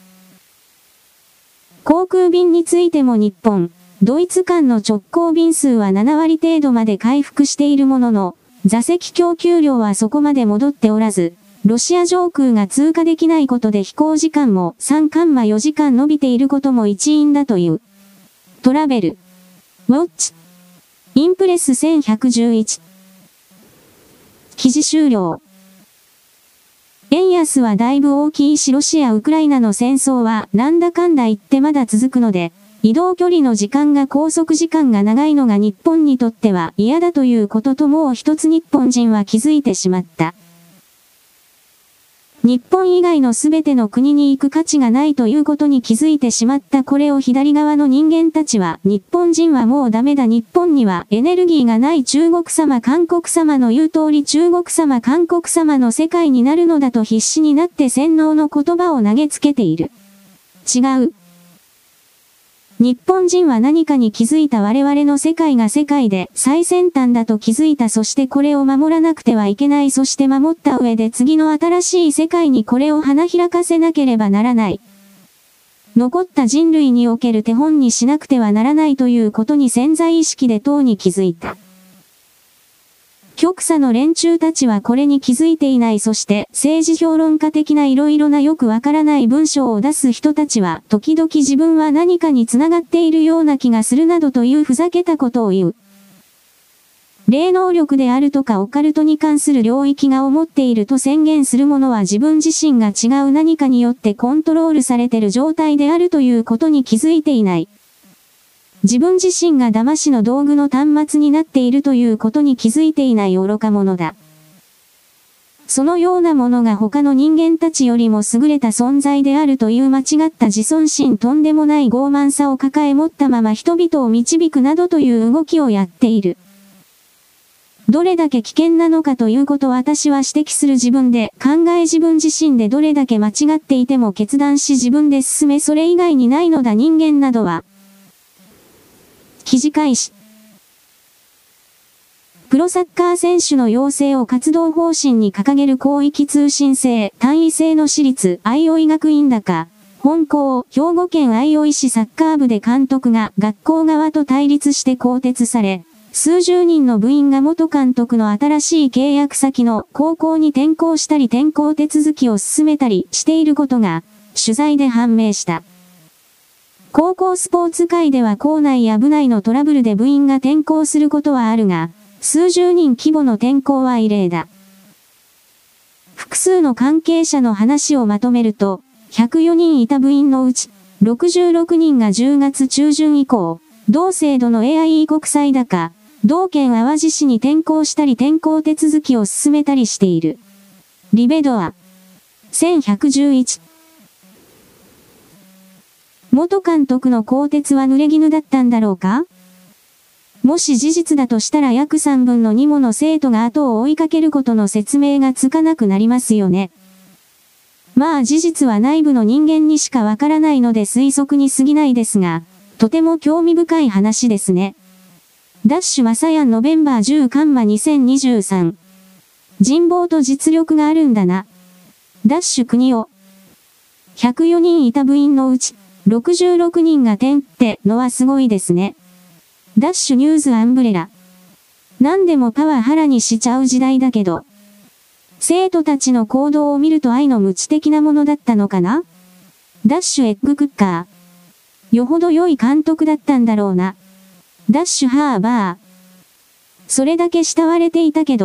航空便についても日本、ドイツ間の直行便数はななわり程度まで回復しているものの、座席供給量はそこまで戻っておらず、ロシア上空が通過できないことで飛行時間もさんコンマよじかん伸びていることも一因だという。トラベル。ウォッチ。インプレスせんひゃくじゅういち。記事終了。円安はだいぶ大きいしロシア・ウクライナの戦争はなんだかんだ言ってまだ続くので、移動距離の時間が拘束時間が長いのが日本にとっては嫌だということともう一つ日本人は気づいてしまった。日本以外のすべての国に行く価値がないということに気づいてしまったこれを左側の人間たちは日本人はもうダメだ日本にはエネルギーがない中国様韓国様の言う通り中国様韓国様の世界になるのだと必死になって洗脳の言葉を投げつけている。違う。日本人は何かに気づいた我々の世界が世界で最先端だと気づいたそしてこれを守らなくてはいけないそして守った上で次の新しい世界にこれを花開かせなければならない。残った人類における手本にしなくてはならないということに潜在意識で党に気づいた。極左の連中たちはこれに気づいていないそして政治評論家的な色々なよくわからない文章を出す人たちは時々自分は何かに繋がっているような気がするなどというふざけたことを言う。霊能力であるとかオカルトに関する領域が思っていると宣言するものは自分自身が違う何かによってコントロールされている状態であるということに気づいていない。自分自身が騙しの道具の端末になっているということに気づいていない愚か者だ。そのようなものが他の人間たちよりも優れた存在であるという間違った自尊心とんでもない傲慢さを抱え持ったまま人々を導くなどという動きをやっている。どれだけ危険なのかということを私は指摘する自分で考え自分自身でどれだけ間違っていても決断し自分で進めそれ以外にないのだ人間などは。記事開始。プロサッカー選手の養成を活動方針に掲げる広域通信制、単位制の私立、相生学院高、本校、兵庫県相生市サッカー部で監督が学校側と対立して更迭され、数十人の部員が元監督の新しい契約先の高校に転校したり転校手続きを進めたりしていることが、取材で判明した。高校スポーツ界では校内や部内のトラブルで部員が転校することはあるが、数十人規模の転校は異例だ。複数の関係者の話をまとめると、ひゃくよにんいた部員のうち、ろくじゅうろくにんがじゅうがつちゅうじゅん以降、同制度の エーアイイー 国際高、同県淡路市に転校したり転校手続きを進めたりしている。リベドア。せんひゃくじゅういち。元監督の更迭は濡れ衣だったんだろうか？もし事実だとしたら約さんぶんのにもの生徒が後を追いかけることの説明がつかなくなりますよね。まあ事実は内部の人間にしかわからないので推測に過ぎないですが、とても興味深い話ですね。ダッシュマサヤンノベンバーじゅうカンマにせんにじゅうさん。人望と実力があるんだな。ダッシュ国を。ひゃくよにんいた部員のうち、ろくじゅうろくにんが点ってのはすごいですね。ダッシュニューズアンブレラ。何でもパワハラにしちゃう時代だけど。生徒たちの行動を見ると愛の無知的なものだったのかな？ダッシュエッグクッカー。よほど良い監督だったんだろうな。ダッシュハーバー。それだけ慕われていたけど、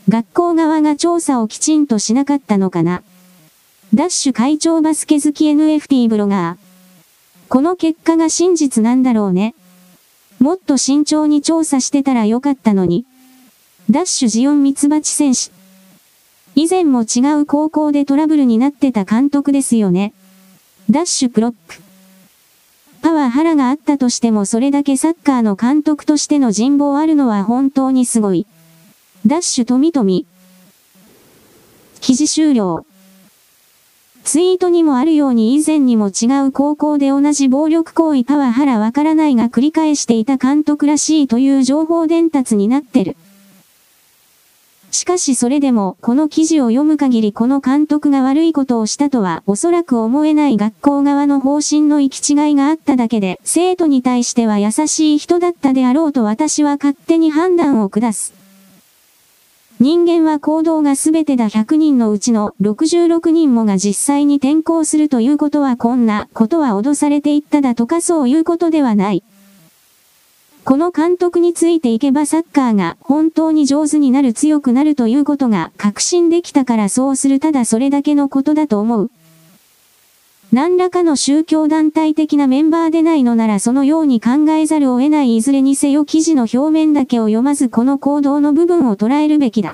学校側が調査をきちんとしなかったのかな。ダッシュ会長バスケ好き エヌエフティー ブロガー。この結果が真実なんだろうね。もっと慎重に調査してたらよかったのに。ダッシュジオンミツバチ選手。以前も違う高校でトラブルになってた監督ですよね。ダッシュプロップ。パワハラがあったとしてもそれだけサッカーの監督としての人望あるのは本当にすごい。ダッシュ富富。記事終了。ツイートにもあるように以前にも違う高校で同じ暴力行為パワハラわからないが繰り返していた監督らしいという情報伝達になってる。しかしそれでもこの記事を読む限りこの監督が悪いことをしたとはおそらく思えない学校側の方針の行き違いがあっただけで生徒に対しては優しい人だったであろうと私は勝手に判断を下す。人間は行動が全てだひゃくにんのうちのろくじゅうろくにんもが実際に転校するということはこんなことは脅されていっただとかそういうことではない。この監督についていけばサッカーが本当に上手になる強くなるということが確信できたからそうするただそれだけのことだと思う。何らかの宗教団体的なメンバーでないのならそのように考えざるを得ないいずれにせよ記事の表面だけを読まずこの行動の部分を捉えるべきだ。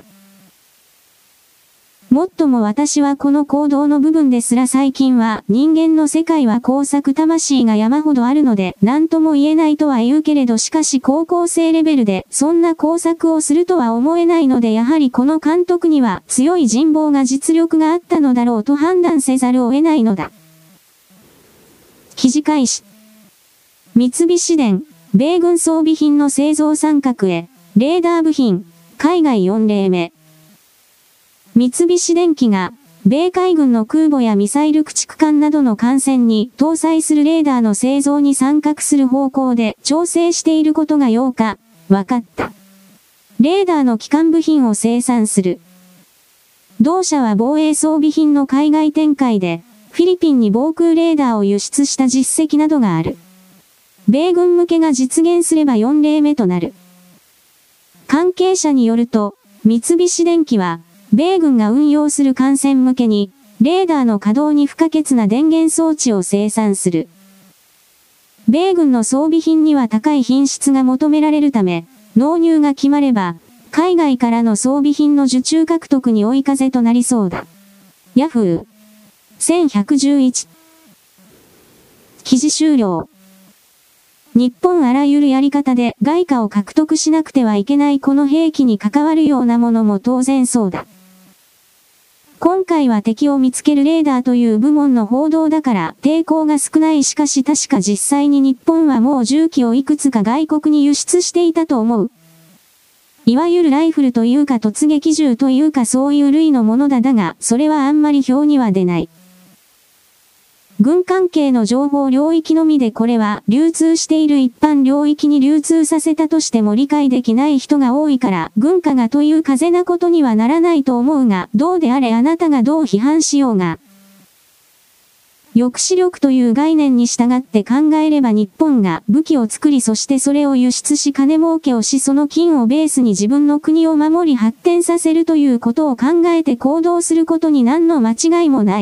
もっとも私はこの行動の部分ですら最近は人間の世界は工作魂が山ほどあるので何とも言えないとは言うけれどしかし高校生レベルでそんな工作をするとは思えないのでやはりこの監督には強い人望が実力があったのだろうと判断せざるを得ないのだ。記事開始。三菱電、米軍装備品の製造参画へ、レーダー部品、海外よん例目。三菱電機が、米海軍の空母やミサイル駆逐艦などの艦船に搭載するレーダーの製造に参画する方向で調整していることがようか、分かった。レーダーの基幹部品を生産する。同社は防衛装備品の海外展開で、フィリピンに防空レーダーを輸出した実績などがある。米軍向けが実現すればよん例目となる。関係者によると、三菱電機は、米軍が運用する艦船向けに、レーダーの稼働に不可欠な電源装置を生産する。米軍の装備品には高い品質が求められるため、納入が決まれば、海外からの装備品の受注獲得に追い風となりそうだ。ヤフー。せんひゃくじゅういち。記事終了。日本あらゆるやり方で外貨を獲得しなくてはいけないこの兵器に関わるようなものも当然そうだ。今回は敵を見つけるレーダーという部門の報道だから抵抗が少ないしかし確か実際に日本はもう銃器をいくつか外国に輸出していたと思う。いわゆるライフルというか突撃銃というかそういう類のものだだが、それはあんまり表には出ない。軍関係の情報領域のみでこれは流通している一般領域に流通させたとしても理解できない人が多いから軍化がという風なことにはならないと思うが、どうであれあなたがどう批判しようが。抑止力という概念に従って考えれば日本が武器を作りそしてそれを輸出し金儲けをしその金をベースに自分の国を守り発展させるということを考えて行動することに何の間違いもない。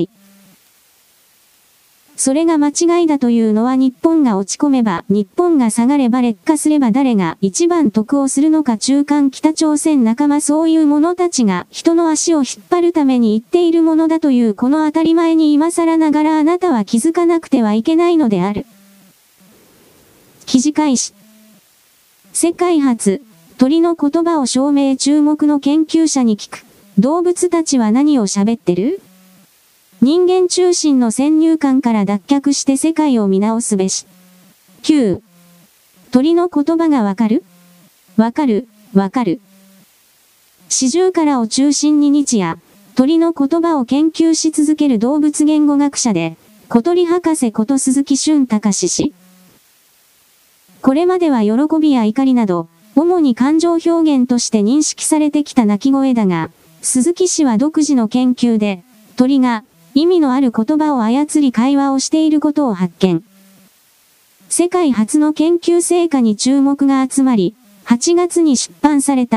それが間違いだというのは日本が落ち込めば、日本が下がれば劣化すれば誰が一番得をするのか中間北朝鮮仲間そういう者たちが人の足を引っ張るために言っているものだというこの当たり前に今更ながらあなたは気づかなくてはいけないのである。記事開始。世界初、鳥の言葉を証明注目の研究者に聞く。動物たちは何を喋ってる？人間中心の先入観から脱却して世界を見直すべし。きゅう. 鳥の言葉がわかる？わかる、わかる。四十からを中心に日夜、鳥の言葉を研究し続ける動物言語学者で、小鳥博士こと鈴木俊隆氏。これまでは喜びや怒りなど、主に感情表現として認識されてきた鳴き声だが、鈴木氏は独自の研究で、鳥が、意味のある言葉を操り会話をしていることを発見。世界初の研究成果に注目が集まり、はちがつに出版された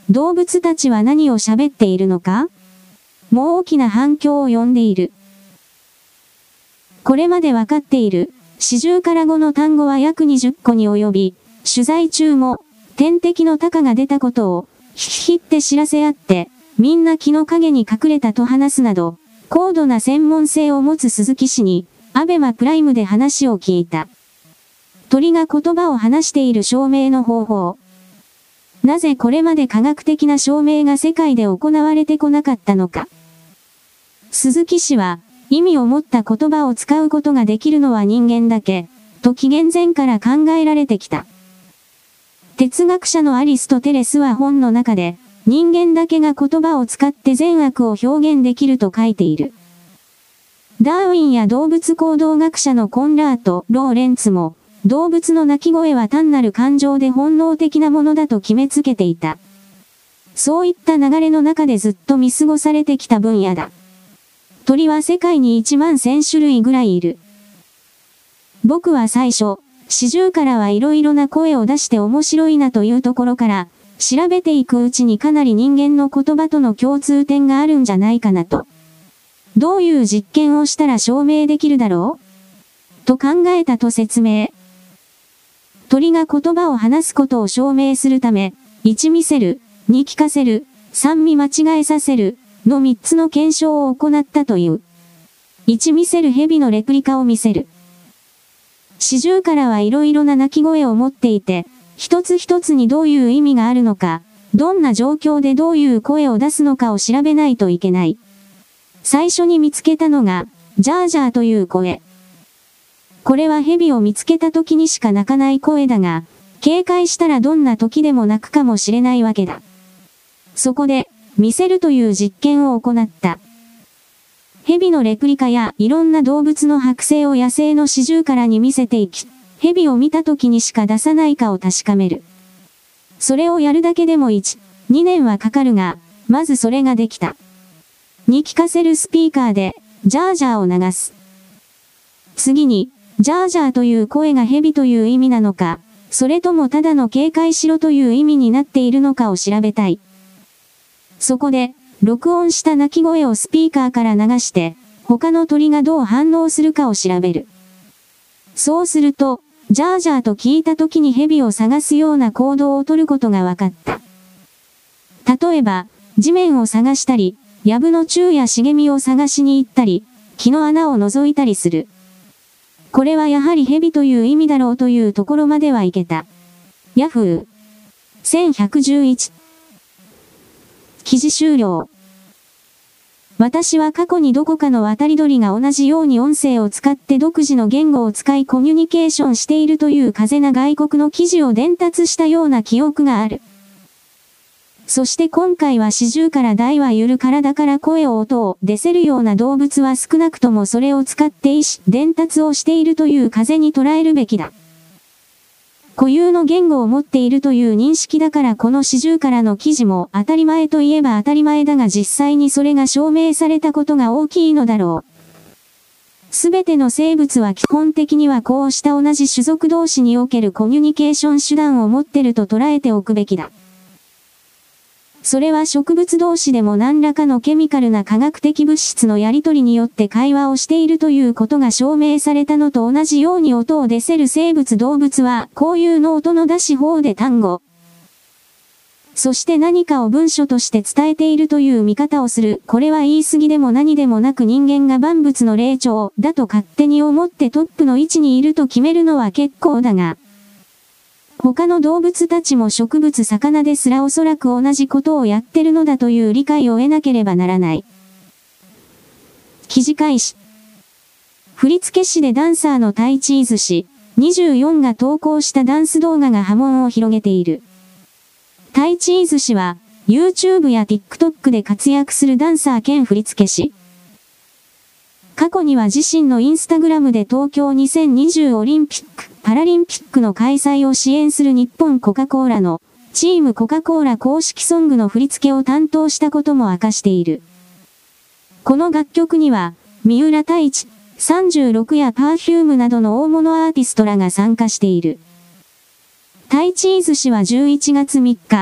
動物たちは何を喋っているのか？もう大きな反響を呼んでいる。これまでわかっている、シジュウカラ語の単語は約にじゅっこに及び、取材中も、天敵の鷹が出たことを、ひひって知らせ合って、みんな木の陰に隠れたと話すなど、高度な専門性を持つ鈴木氏に、アベマプライムで話を聞いた。鳥が言葉を話している証明の方法。なぜこれまで科学的な証明が世界で行われてこなかったのか。鈴木氏は、意味を持った言葉を使うことができるのは人間だけ、と紀元前から考えられてきた。哲学者のアリストテレスは本の中で、人間だけが言葉を使って善悪を表現できると書いている。ダーウィンや動物行動学者のコンラート・ローレンツも、動物の鳴き声は単なる感情で本能的なものだと決めつけていた。そういった流れの中でずっと見過ごされてきた分野だ。鳥は世界にいちまんせんしゅるいぐらいいる。僕は最初、シジュウカラはいろいろな声を出して面白いなというところから、調べていくうちにかなり人間の言葉との共通点があるんじゃないかなと。どういう実験をしたら証明できるだろう？と考えたと説明。鳥が言葉を話すことを証明するため、いち見せる、に聞かせる、さん見間違えさせる、のみっつの検証を行ったという。いち見せる蛇のレプリカを見せる。シジュウカラはいろいろな鳴き声を持っていて、一つ一つにどういう意味があるのか、どんな状況でどういう声を出すのかを調べないといけない。最初に見つけたのが、ジャージャーという声。これは蛇を見つけた時にしか鳴かない声だが、警戒したらどんな時でも鳴くかもしれないわけだ。そこで、見せるという実験を行った。蛇のレプリカやいろんな動物の剥製を野生のシジュウカラに見せていき、蛇を見た時にしか出さないかを確かめる。それをやるだけでもいち、にねんはかかるが、まずそれができた。に聞かせるスピーカーで、ジャージャーを流す。次に、ジャージャーという声が蛇という意味なのか、それともただの警戒しろという意味になっているのかを調べたい。そこで、録音した鳴き声をスピーカーから流して、他の鳥がどう反応するかを調べる。そうすると、ジャージャーと聞いた時に蛇を探すような行動をとることが分かった。例えば、地面を探したり、藪の宙や茂みを探しに行ったり、木の穴を覗いたりする。これはやはり蛇という意味だろうというところまではいけた。ヤフー。せんひゃくじゅういち。記事終了。私は過去にどこかの渡り鳥が同じように音声を使って独自の言語を使いコミュニケーションしているという風な外国の記事を伝達したような記憶がある。そして今回はシジュウカラ大はゆる体から声を音を出せるような動物は少なくともそれを使って意思、伝達をしているという風に捉えるべきだ。固有の言語を持っているという認識だからこのシジュウカラの記事も当たり前といえば当たり前だが実際にそれが証明されたことが大きいのだろう。すべての生物は基本的にはこうした同じ種族同士におけるコミュニケーション手段を持ってると捉えておくべきだ。それは植物同士でも何らかのケミカルな化学的物質のやり取りによって会話をしているということが証明されたのと同じように音を出せる生物動物は固有の音の出し法で単語。そして何かを文書として伝えているという見方をする。これは言い過ぎでも何でもなく人間が万物の霊長だと勝手に思ってトップの位置にいると決めるのは結構だが。他の動物たちも植物魚ですらおそらく同じことをやってるのだという理解を得なければならない。記事開始。振付師でダンサーのタイチーズ氏、にじゅうよんが投稿したダンス動画が波紋を広げている。タイチーズ氏は、YouTube や TikTok で活躍するダンサー兼振付師。過去には自身のインスタグラムで東京にせんにじゅうオリンピック、パラリンピックの開催を支援する日本コカ・コーラのチームコカ・コーラ公式ソングの振り付けを担当したことも明かしている。この楽曲には、三浦太一、さんじゅうろくやパーフュームなどの大物アーティストらが参加している。タイチーズ氏はじゅういちがつみっか、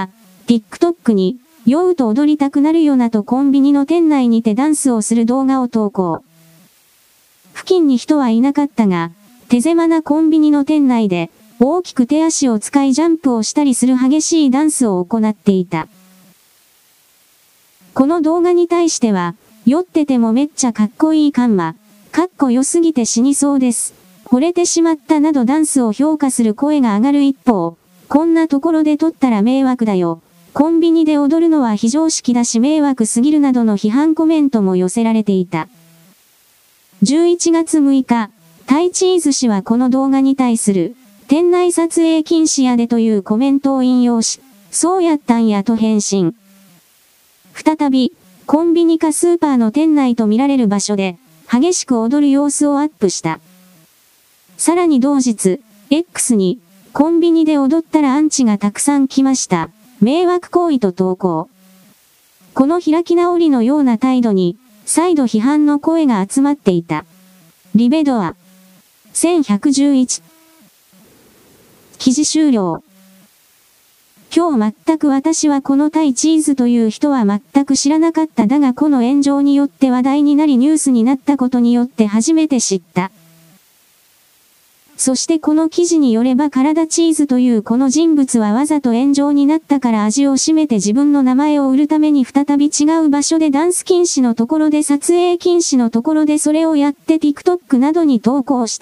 TikTok に、酔うと踊りたくなるよなとコンビニの店内にてダンスをする動画を投稿。付近に人はいなかったが、手狭なコンビニの店内で、大きく手足を使いジャンプをしたりする激しいダンスを行っていた。この動画に対しては、酔っててもめっちゃかっこいいカンマ、かっこよすぎて死にそうです。惚れてしまったなどダンスを評価する声が上がる一方、こんなところで撮ったら迷惑だよ。コンビニで踊るのは非常識だし迷惑すぎるなどの批判コメントも寄せられていた。じゅういちがつむいか、タイチーズ氏はこの動画に対する、店内撮影禁止やでというコメントを引用し、そうやったんやと返信。再び、コンビニかスーパーの店内と見られる場所で、激しく踊る様子をアップした。さらに同日、X に、コンビニで踊ったらアンチがたくさん来ました。迷惑行為と投稿。この開き直りのような態度に、再度批判の声が集まっていた。リベドア。せんひゃくじゅういち。記事終了。今日全く私はこのタイチーズという人は全く知らなかっただがこの炎上によって話題になりニュースになったことによって初めて知った。そしてこの記事によれば体チーズというこの人物はわざと炎上になったから味を占めて自分の名前を売るために再び違う場所でダンス禁止のところで撮影禁止のところでそれをやって TikTok などに投稿した。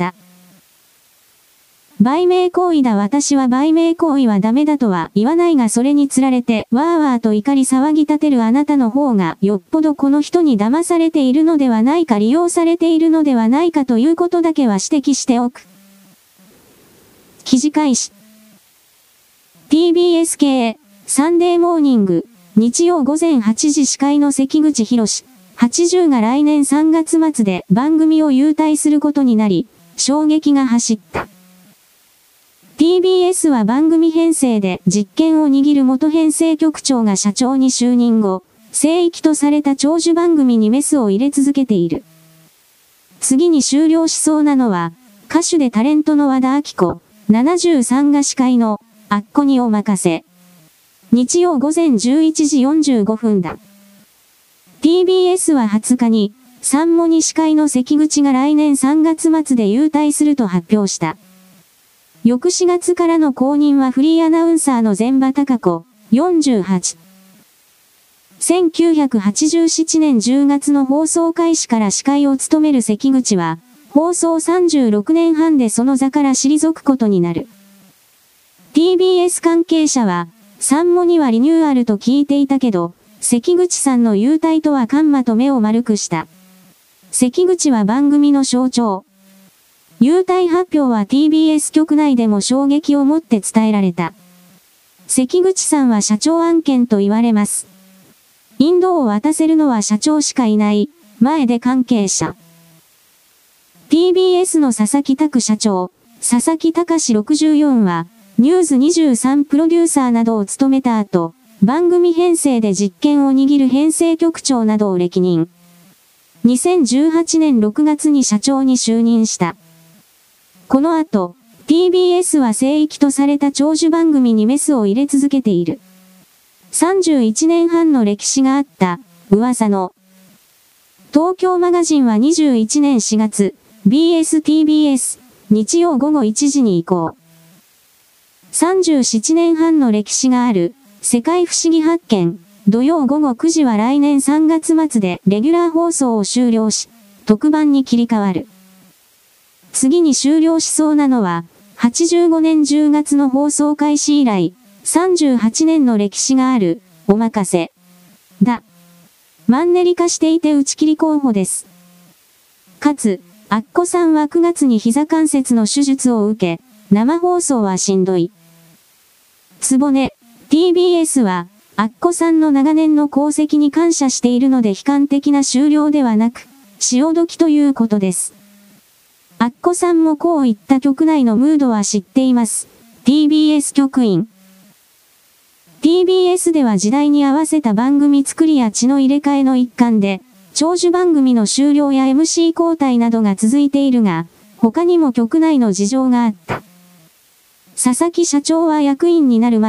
売名行為だ私は売名行為はダメだとは言わないがそれにつられてわーわーと怒り騒ぎ立てるあなたの方がよっぽどこの人に騙されているのではないか利用されているのではないかということだけは指摘しておく。記事開始。ティービーエス 系、サンデーモーニング、日曜午前はちじ司会の関口博、はちじゅうが来年さんがつ末で番組を優退することになり、衝撃が走った。ティービーエス は番組編成で実権を握る元編成局長が社長に就任後、聖域とされた長寿番組にメスを入れ続けている。次に終了しそうなのは、歌手でタレントの和田アキ子、ななじゅうさんが司会の、あっこにお任せ。日曜午前じゅういちじよんじゅうごふんだ。ティービーエス ははつかに、サンモニ司会の関口が来年さんがつ末で優退すると発表した。翌しがつからの後任はフリーアナウンサーの膳場貴子、よんじゅうはち。せんきゅうひゃくはちじゅうななねんじゅうがつの放送開始から司会を務める関口は、放送さんじゅうろくねんはんでその座から退くことになる。ティービーエス 関係者は、サンモにはリニューアルと聞いていたけど、関口さんの優退とはカンマと目を丸くした。関口は番組の象徴。優退発表は ティービーエス 局内でも衝撃を持って伝えられた。関口さんは社長案件と言われます。引導を渡せるのは社長しかいない、前で関係者。ティービーエス の佐々木拓社長、佐々木隆ろくじゅうよんは、ニュースにじゅうさんプロデューサーなどを務めた後、番組編成で実権を握る編成局長などを歴任。にせんじゅうはちねんろくがつに社長に就任した。この後、ティービーエス は聖域とされた長寿番組にメスを入れ続けている。さんじゅういちねんはんの歴史があった、噂の。東京マガジンはにじゅういちねんしがつ、ビーエスティービーエス、日曜午後いちじに移行。さんじゅうななねんはんの歴史がある、世界不思議発見、土曜午後くじは来年さんがつ末でレギュラー放送を終了し、特番に切り替わる。次に終了しそうなのは、はちじゅうごねんじゅうがつの放送開始以来、さんじゅうはちねんの歴史がある、お任せ。だ。マンネリ化していて打ち切り候補です。かつ、アッコさんはくがつに膝関節の手術を受け、生放送はしんどい。つぼね、ティービーエス は、アッコさんの長年の功績に感謝しているので悲観的な終了ではなく、潮時ということです。アッコさんもこういった局内のムードは知っています。ティービーエス 局員。ティービーエス では時代に合わせた番組作りや血の入れ替えの一環で、長寿番組の終了や エムシー 交代などが続いているが、他にも局内の事情があった。佐々木社長は役員になる前、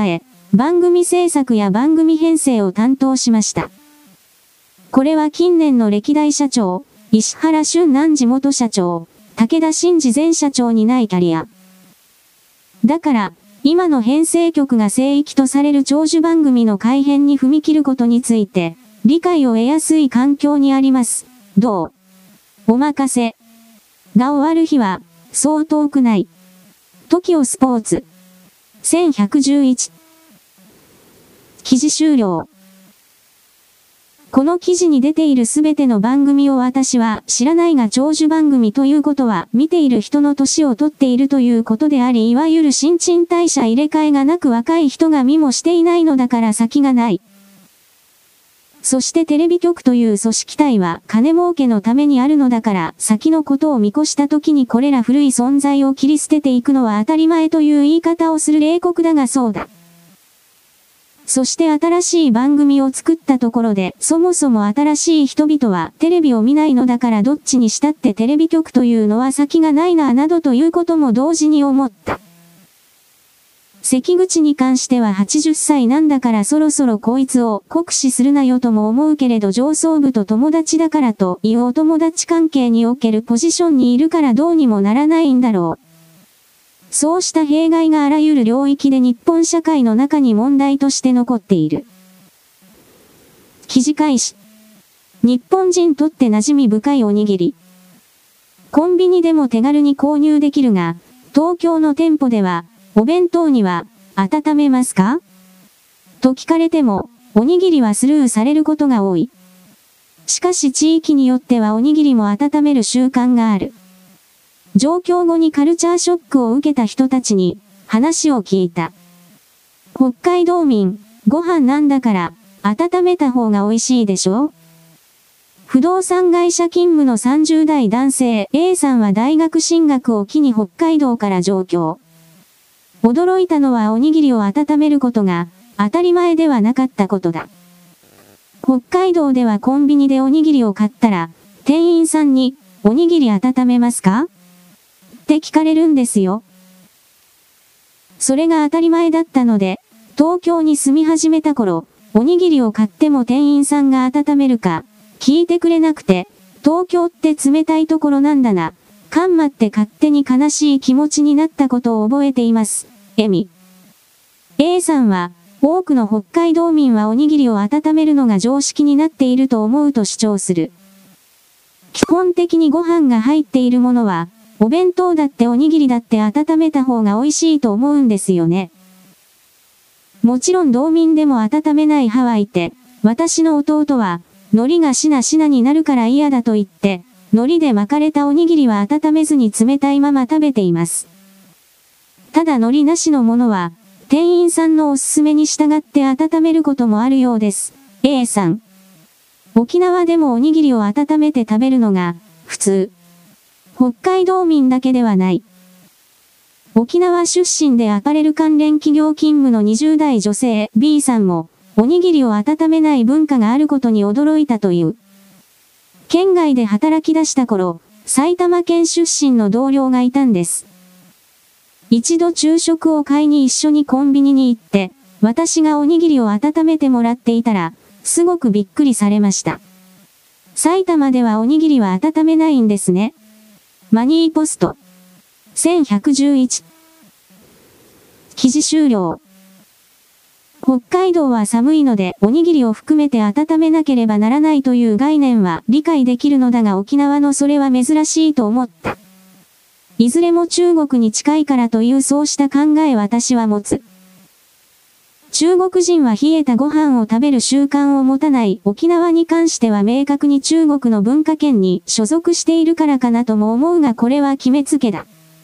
番組制作や番組編成を担当しました。これは近年の歴代社長、石原俊南次元社長、武田真治前社長にないキャリア。だから、今の編成局が聖域とされる長寿番組の改編に踏み切ることについて、理解を得やすい環境にあります。どう？お任せ。が終わる日は、そう遠くない。トキオスポーツ。せんひゃくじゅういち。記事終了。この記事に出ているすべての番組を私は知らないが長寿番組ということは見ている人の年を取っているということでありいわゆる新陳代謝入れ替えがなく若い人が見もしていないのだから先がない。そしてテレビ局という組織体は金儲けのためにあるのだから先のことを見越した時にこれら古い存在を切り捨てていくのは当たり前という言い方をする冷酷だがそうだ。そして新しい番組を作ったところで、そもそも新しい人々はテレビを見ないのだからどっちにしたってテレビ局というのは先がないなぁなどということも同時に思った。関口に関してははちじゅっさいなんだからそろそろこいつを酷使するなよとも思うけれど上層部と友達だからというお友達関係におけるポジションにいるからどうにもならないんだろう。そうした弊害があらゆる領域で日本社会の中に問題として残っている。記事開始。日本人とって馴染み深いおにぎり。コンビニでも手軽に購入できるが、東京の店舗では、お弁当には、温めますか？と聞かれても、おにぎりはスルーされることが多い。しかし地域によってはおにぎりも温める習慣がある。上京後にカルチャーショックを受けた人たちに話を聞いた。北海道民、ご飯なんだから温めた方が美味しいでしょ？不動産会社勤務のさんじゅう代男性 A さんは大学進学を機に北海道から上京。驚いたのはおにぎりを温めることが当たり前ではなかったことだ。北海道ではコンビニでおにぎりを買ったら店員さんにおにぎり温めますか？って聞かれるんですよ。それが当たり前だったので、東京に住み始めた頃、おにぎりを買っても店員さんが温めるか、聞いてくれなくて、東京って冷たいところなんだな、かんまって勝手に悲しい気持ちになったことを覚えています。エミ。A さんは、多くの北海道民はおにぎりを温めるのが常識になっていると思うと主張する。基本的にご飯が入っているものは、お弁当だっておにぎりだって温めた方が美味しいと思うんですよね。もちろん道民でも温めない派はいて、私の弟は、海苔がしなしなになるから嫌だと言って、海苔で巻かれたおにぎりは温めずに冷たいまま食べています。ただ海苔なしのものは、店員さんのおすすめに従って温めることもあるようです。A さん。沖縄でもおにぎりを温めて食べるのが、普通。北海道民だけではない。沖縄出身でアパレル関連企業勤務のにじゅう代女性 B さんも、おにぎりを温めない文化があることに驚いたという。県外で働き出した頃、埼玉県出身の同僚がいたんです。一度昼食を買いに一緒にコンビニに行って、私がおにぎりを温めてもらっていたら、すごくびっくりされました。埼玉ではおにぎりは温めないんですね。マニーポスト。せんひゃくじゅういち。記事終了。北海道は寒いのでおにぎりを含めて温めなければならないという概念は理解できるのだが沖縄のそれは珍しいと思った。いずれも中国に近いからというそうした考え私は持つ。中国人は冷えたご飯を食べる習慣を持たない沖縄に関しては明確に中国の文化圏に所属しているからかなとも思うがこれは決めつけだ。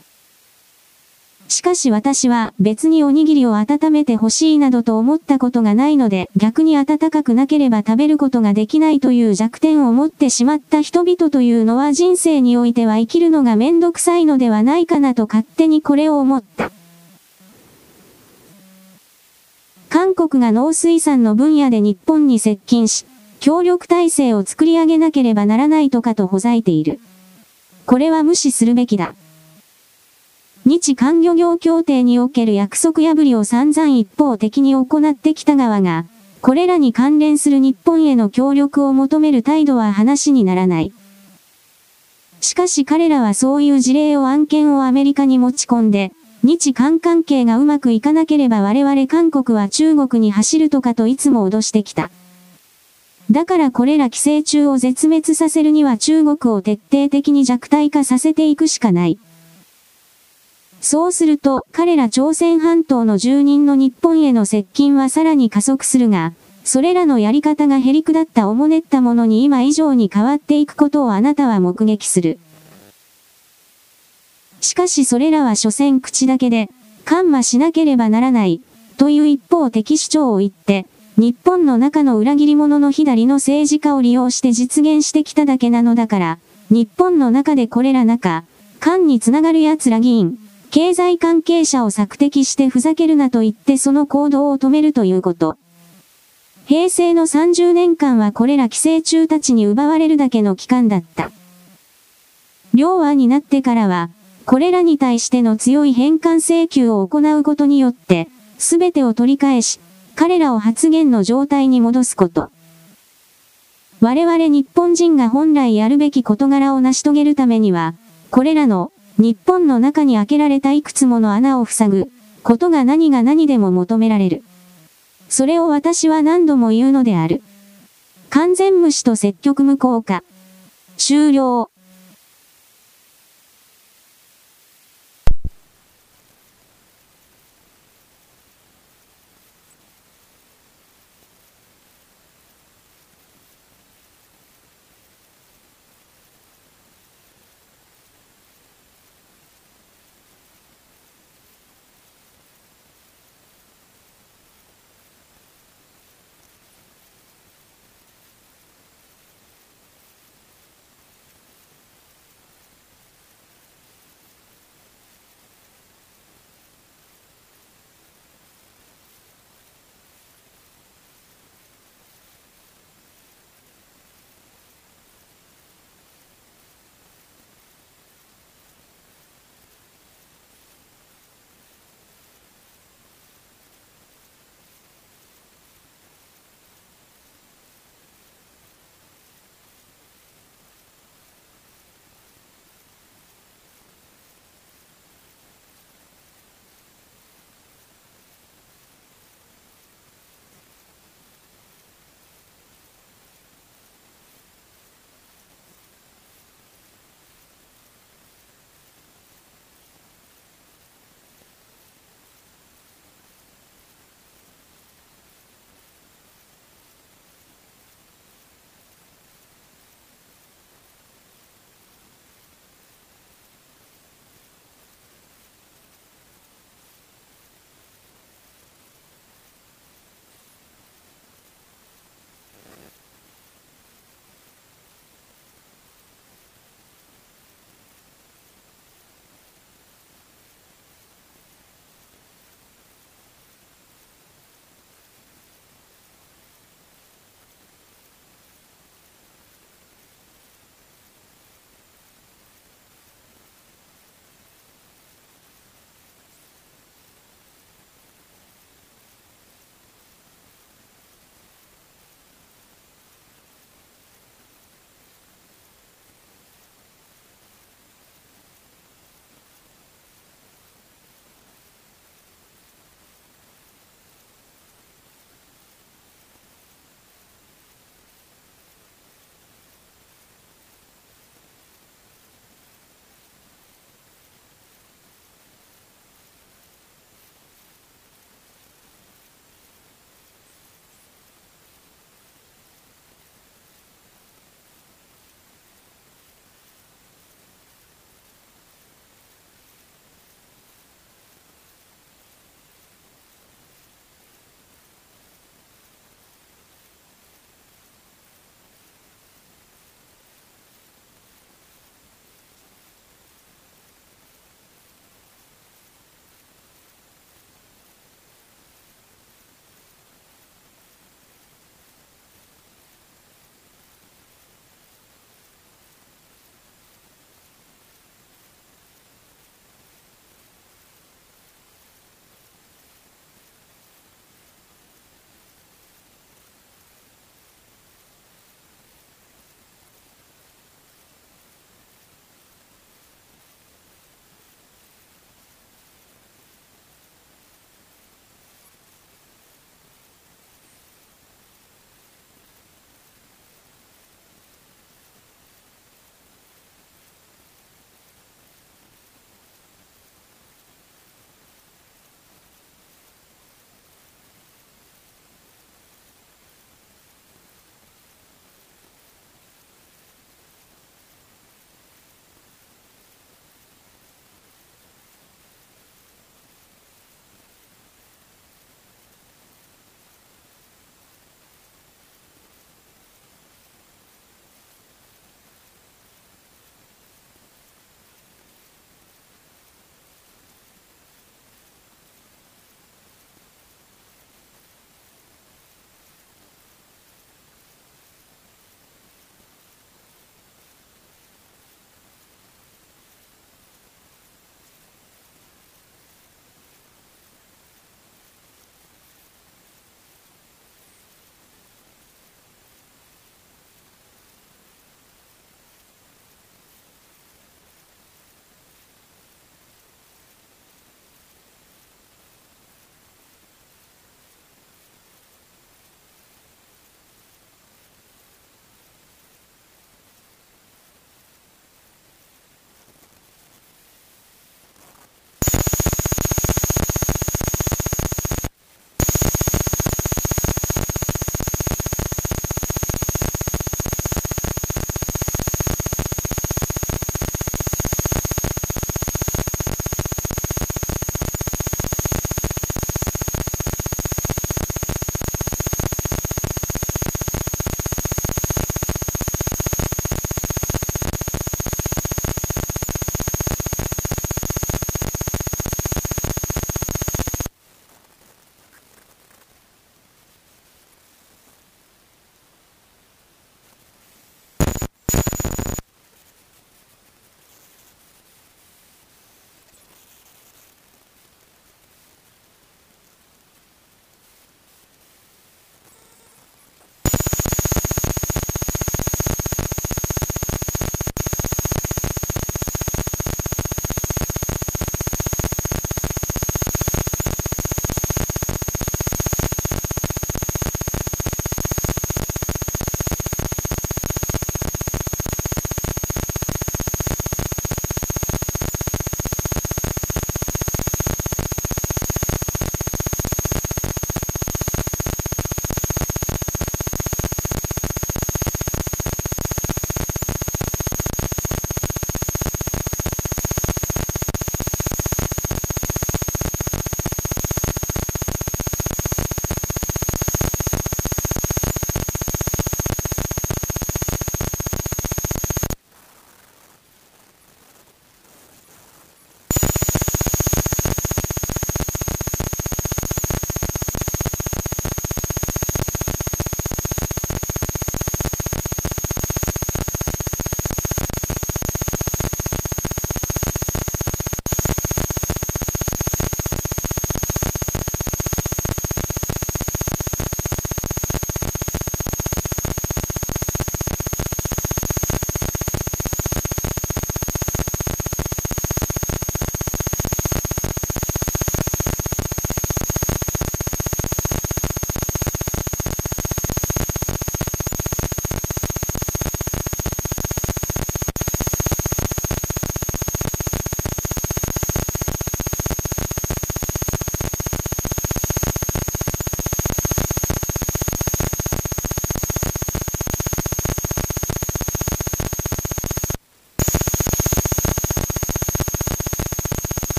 しかし私は別におにぎりを温めてほしいなどと思ったことがないので逆に温かくなければ食べることができないという弱点を持ってしまった人々というのは人生においては生きるのがめんどくさいのではないかなと勝手にこれを思った。韓国が農水産の分野で日本に接近し、協力体制を作り上げなければならないとかとほざいている。これは無視するべきだ。 日韓漁業協定における約束破りを散々一方的に行ってきた側が、これらに関連する日本への協力を求める態度は話にならない。しかし彼らはそういう事例を案件をアメリカに持ち込んで、日韓関係がうまくいかなければ我々韓国は中国に走るとかといつも脅してきた。だからこれら寄生虫を絶滅させるには中国を徹底的に弱体化させていくしかない。そうすると彼ら朝鮮半島の住人の日本への接近はさらに加速するが、それらのやり方がへりくだったおもねったものに今以上に変わっていくことをあなたは目撃する。しかしそれらは所詮口だけで、緩和しなければならない、という一方的主張を言って、日本の中の裏切り者の左の政治家を利用して実現してきただけなのだから、日本の中でこれら中、韓につながる奴ら議員、経済関係者を索敵してふざけるなと言ってその行動を止めるということ。平成のさんじゅうねんかんはこれら寄生虫たちに奪われるだけの期間だった。両和になってからは、これらに対しての強い返還請求を行うことによって、すべてを取り返し、彼らを発言の状態に戻すこと。我々日本人が本来やるべき事柄を成し遂げるためには、これらの日本の中に開けられたいくつもの穴を塞ぐことが何が何でも求められる。それを私は何度も言うのである。完全無視と積極無効化。終了。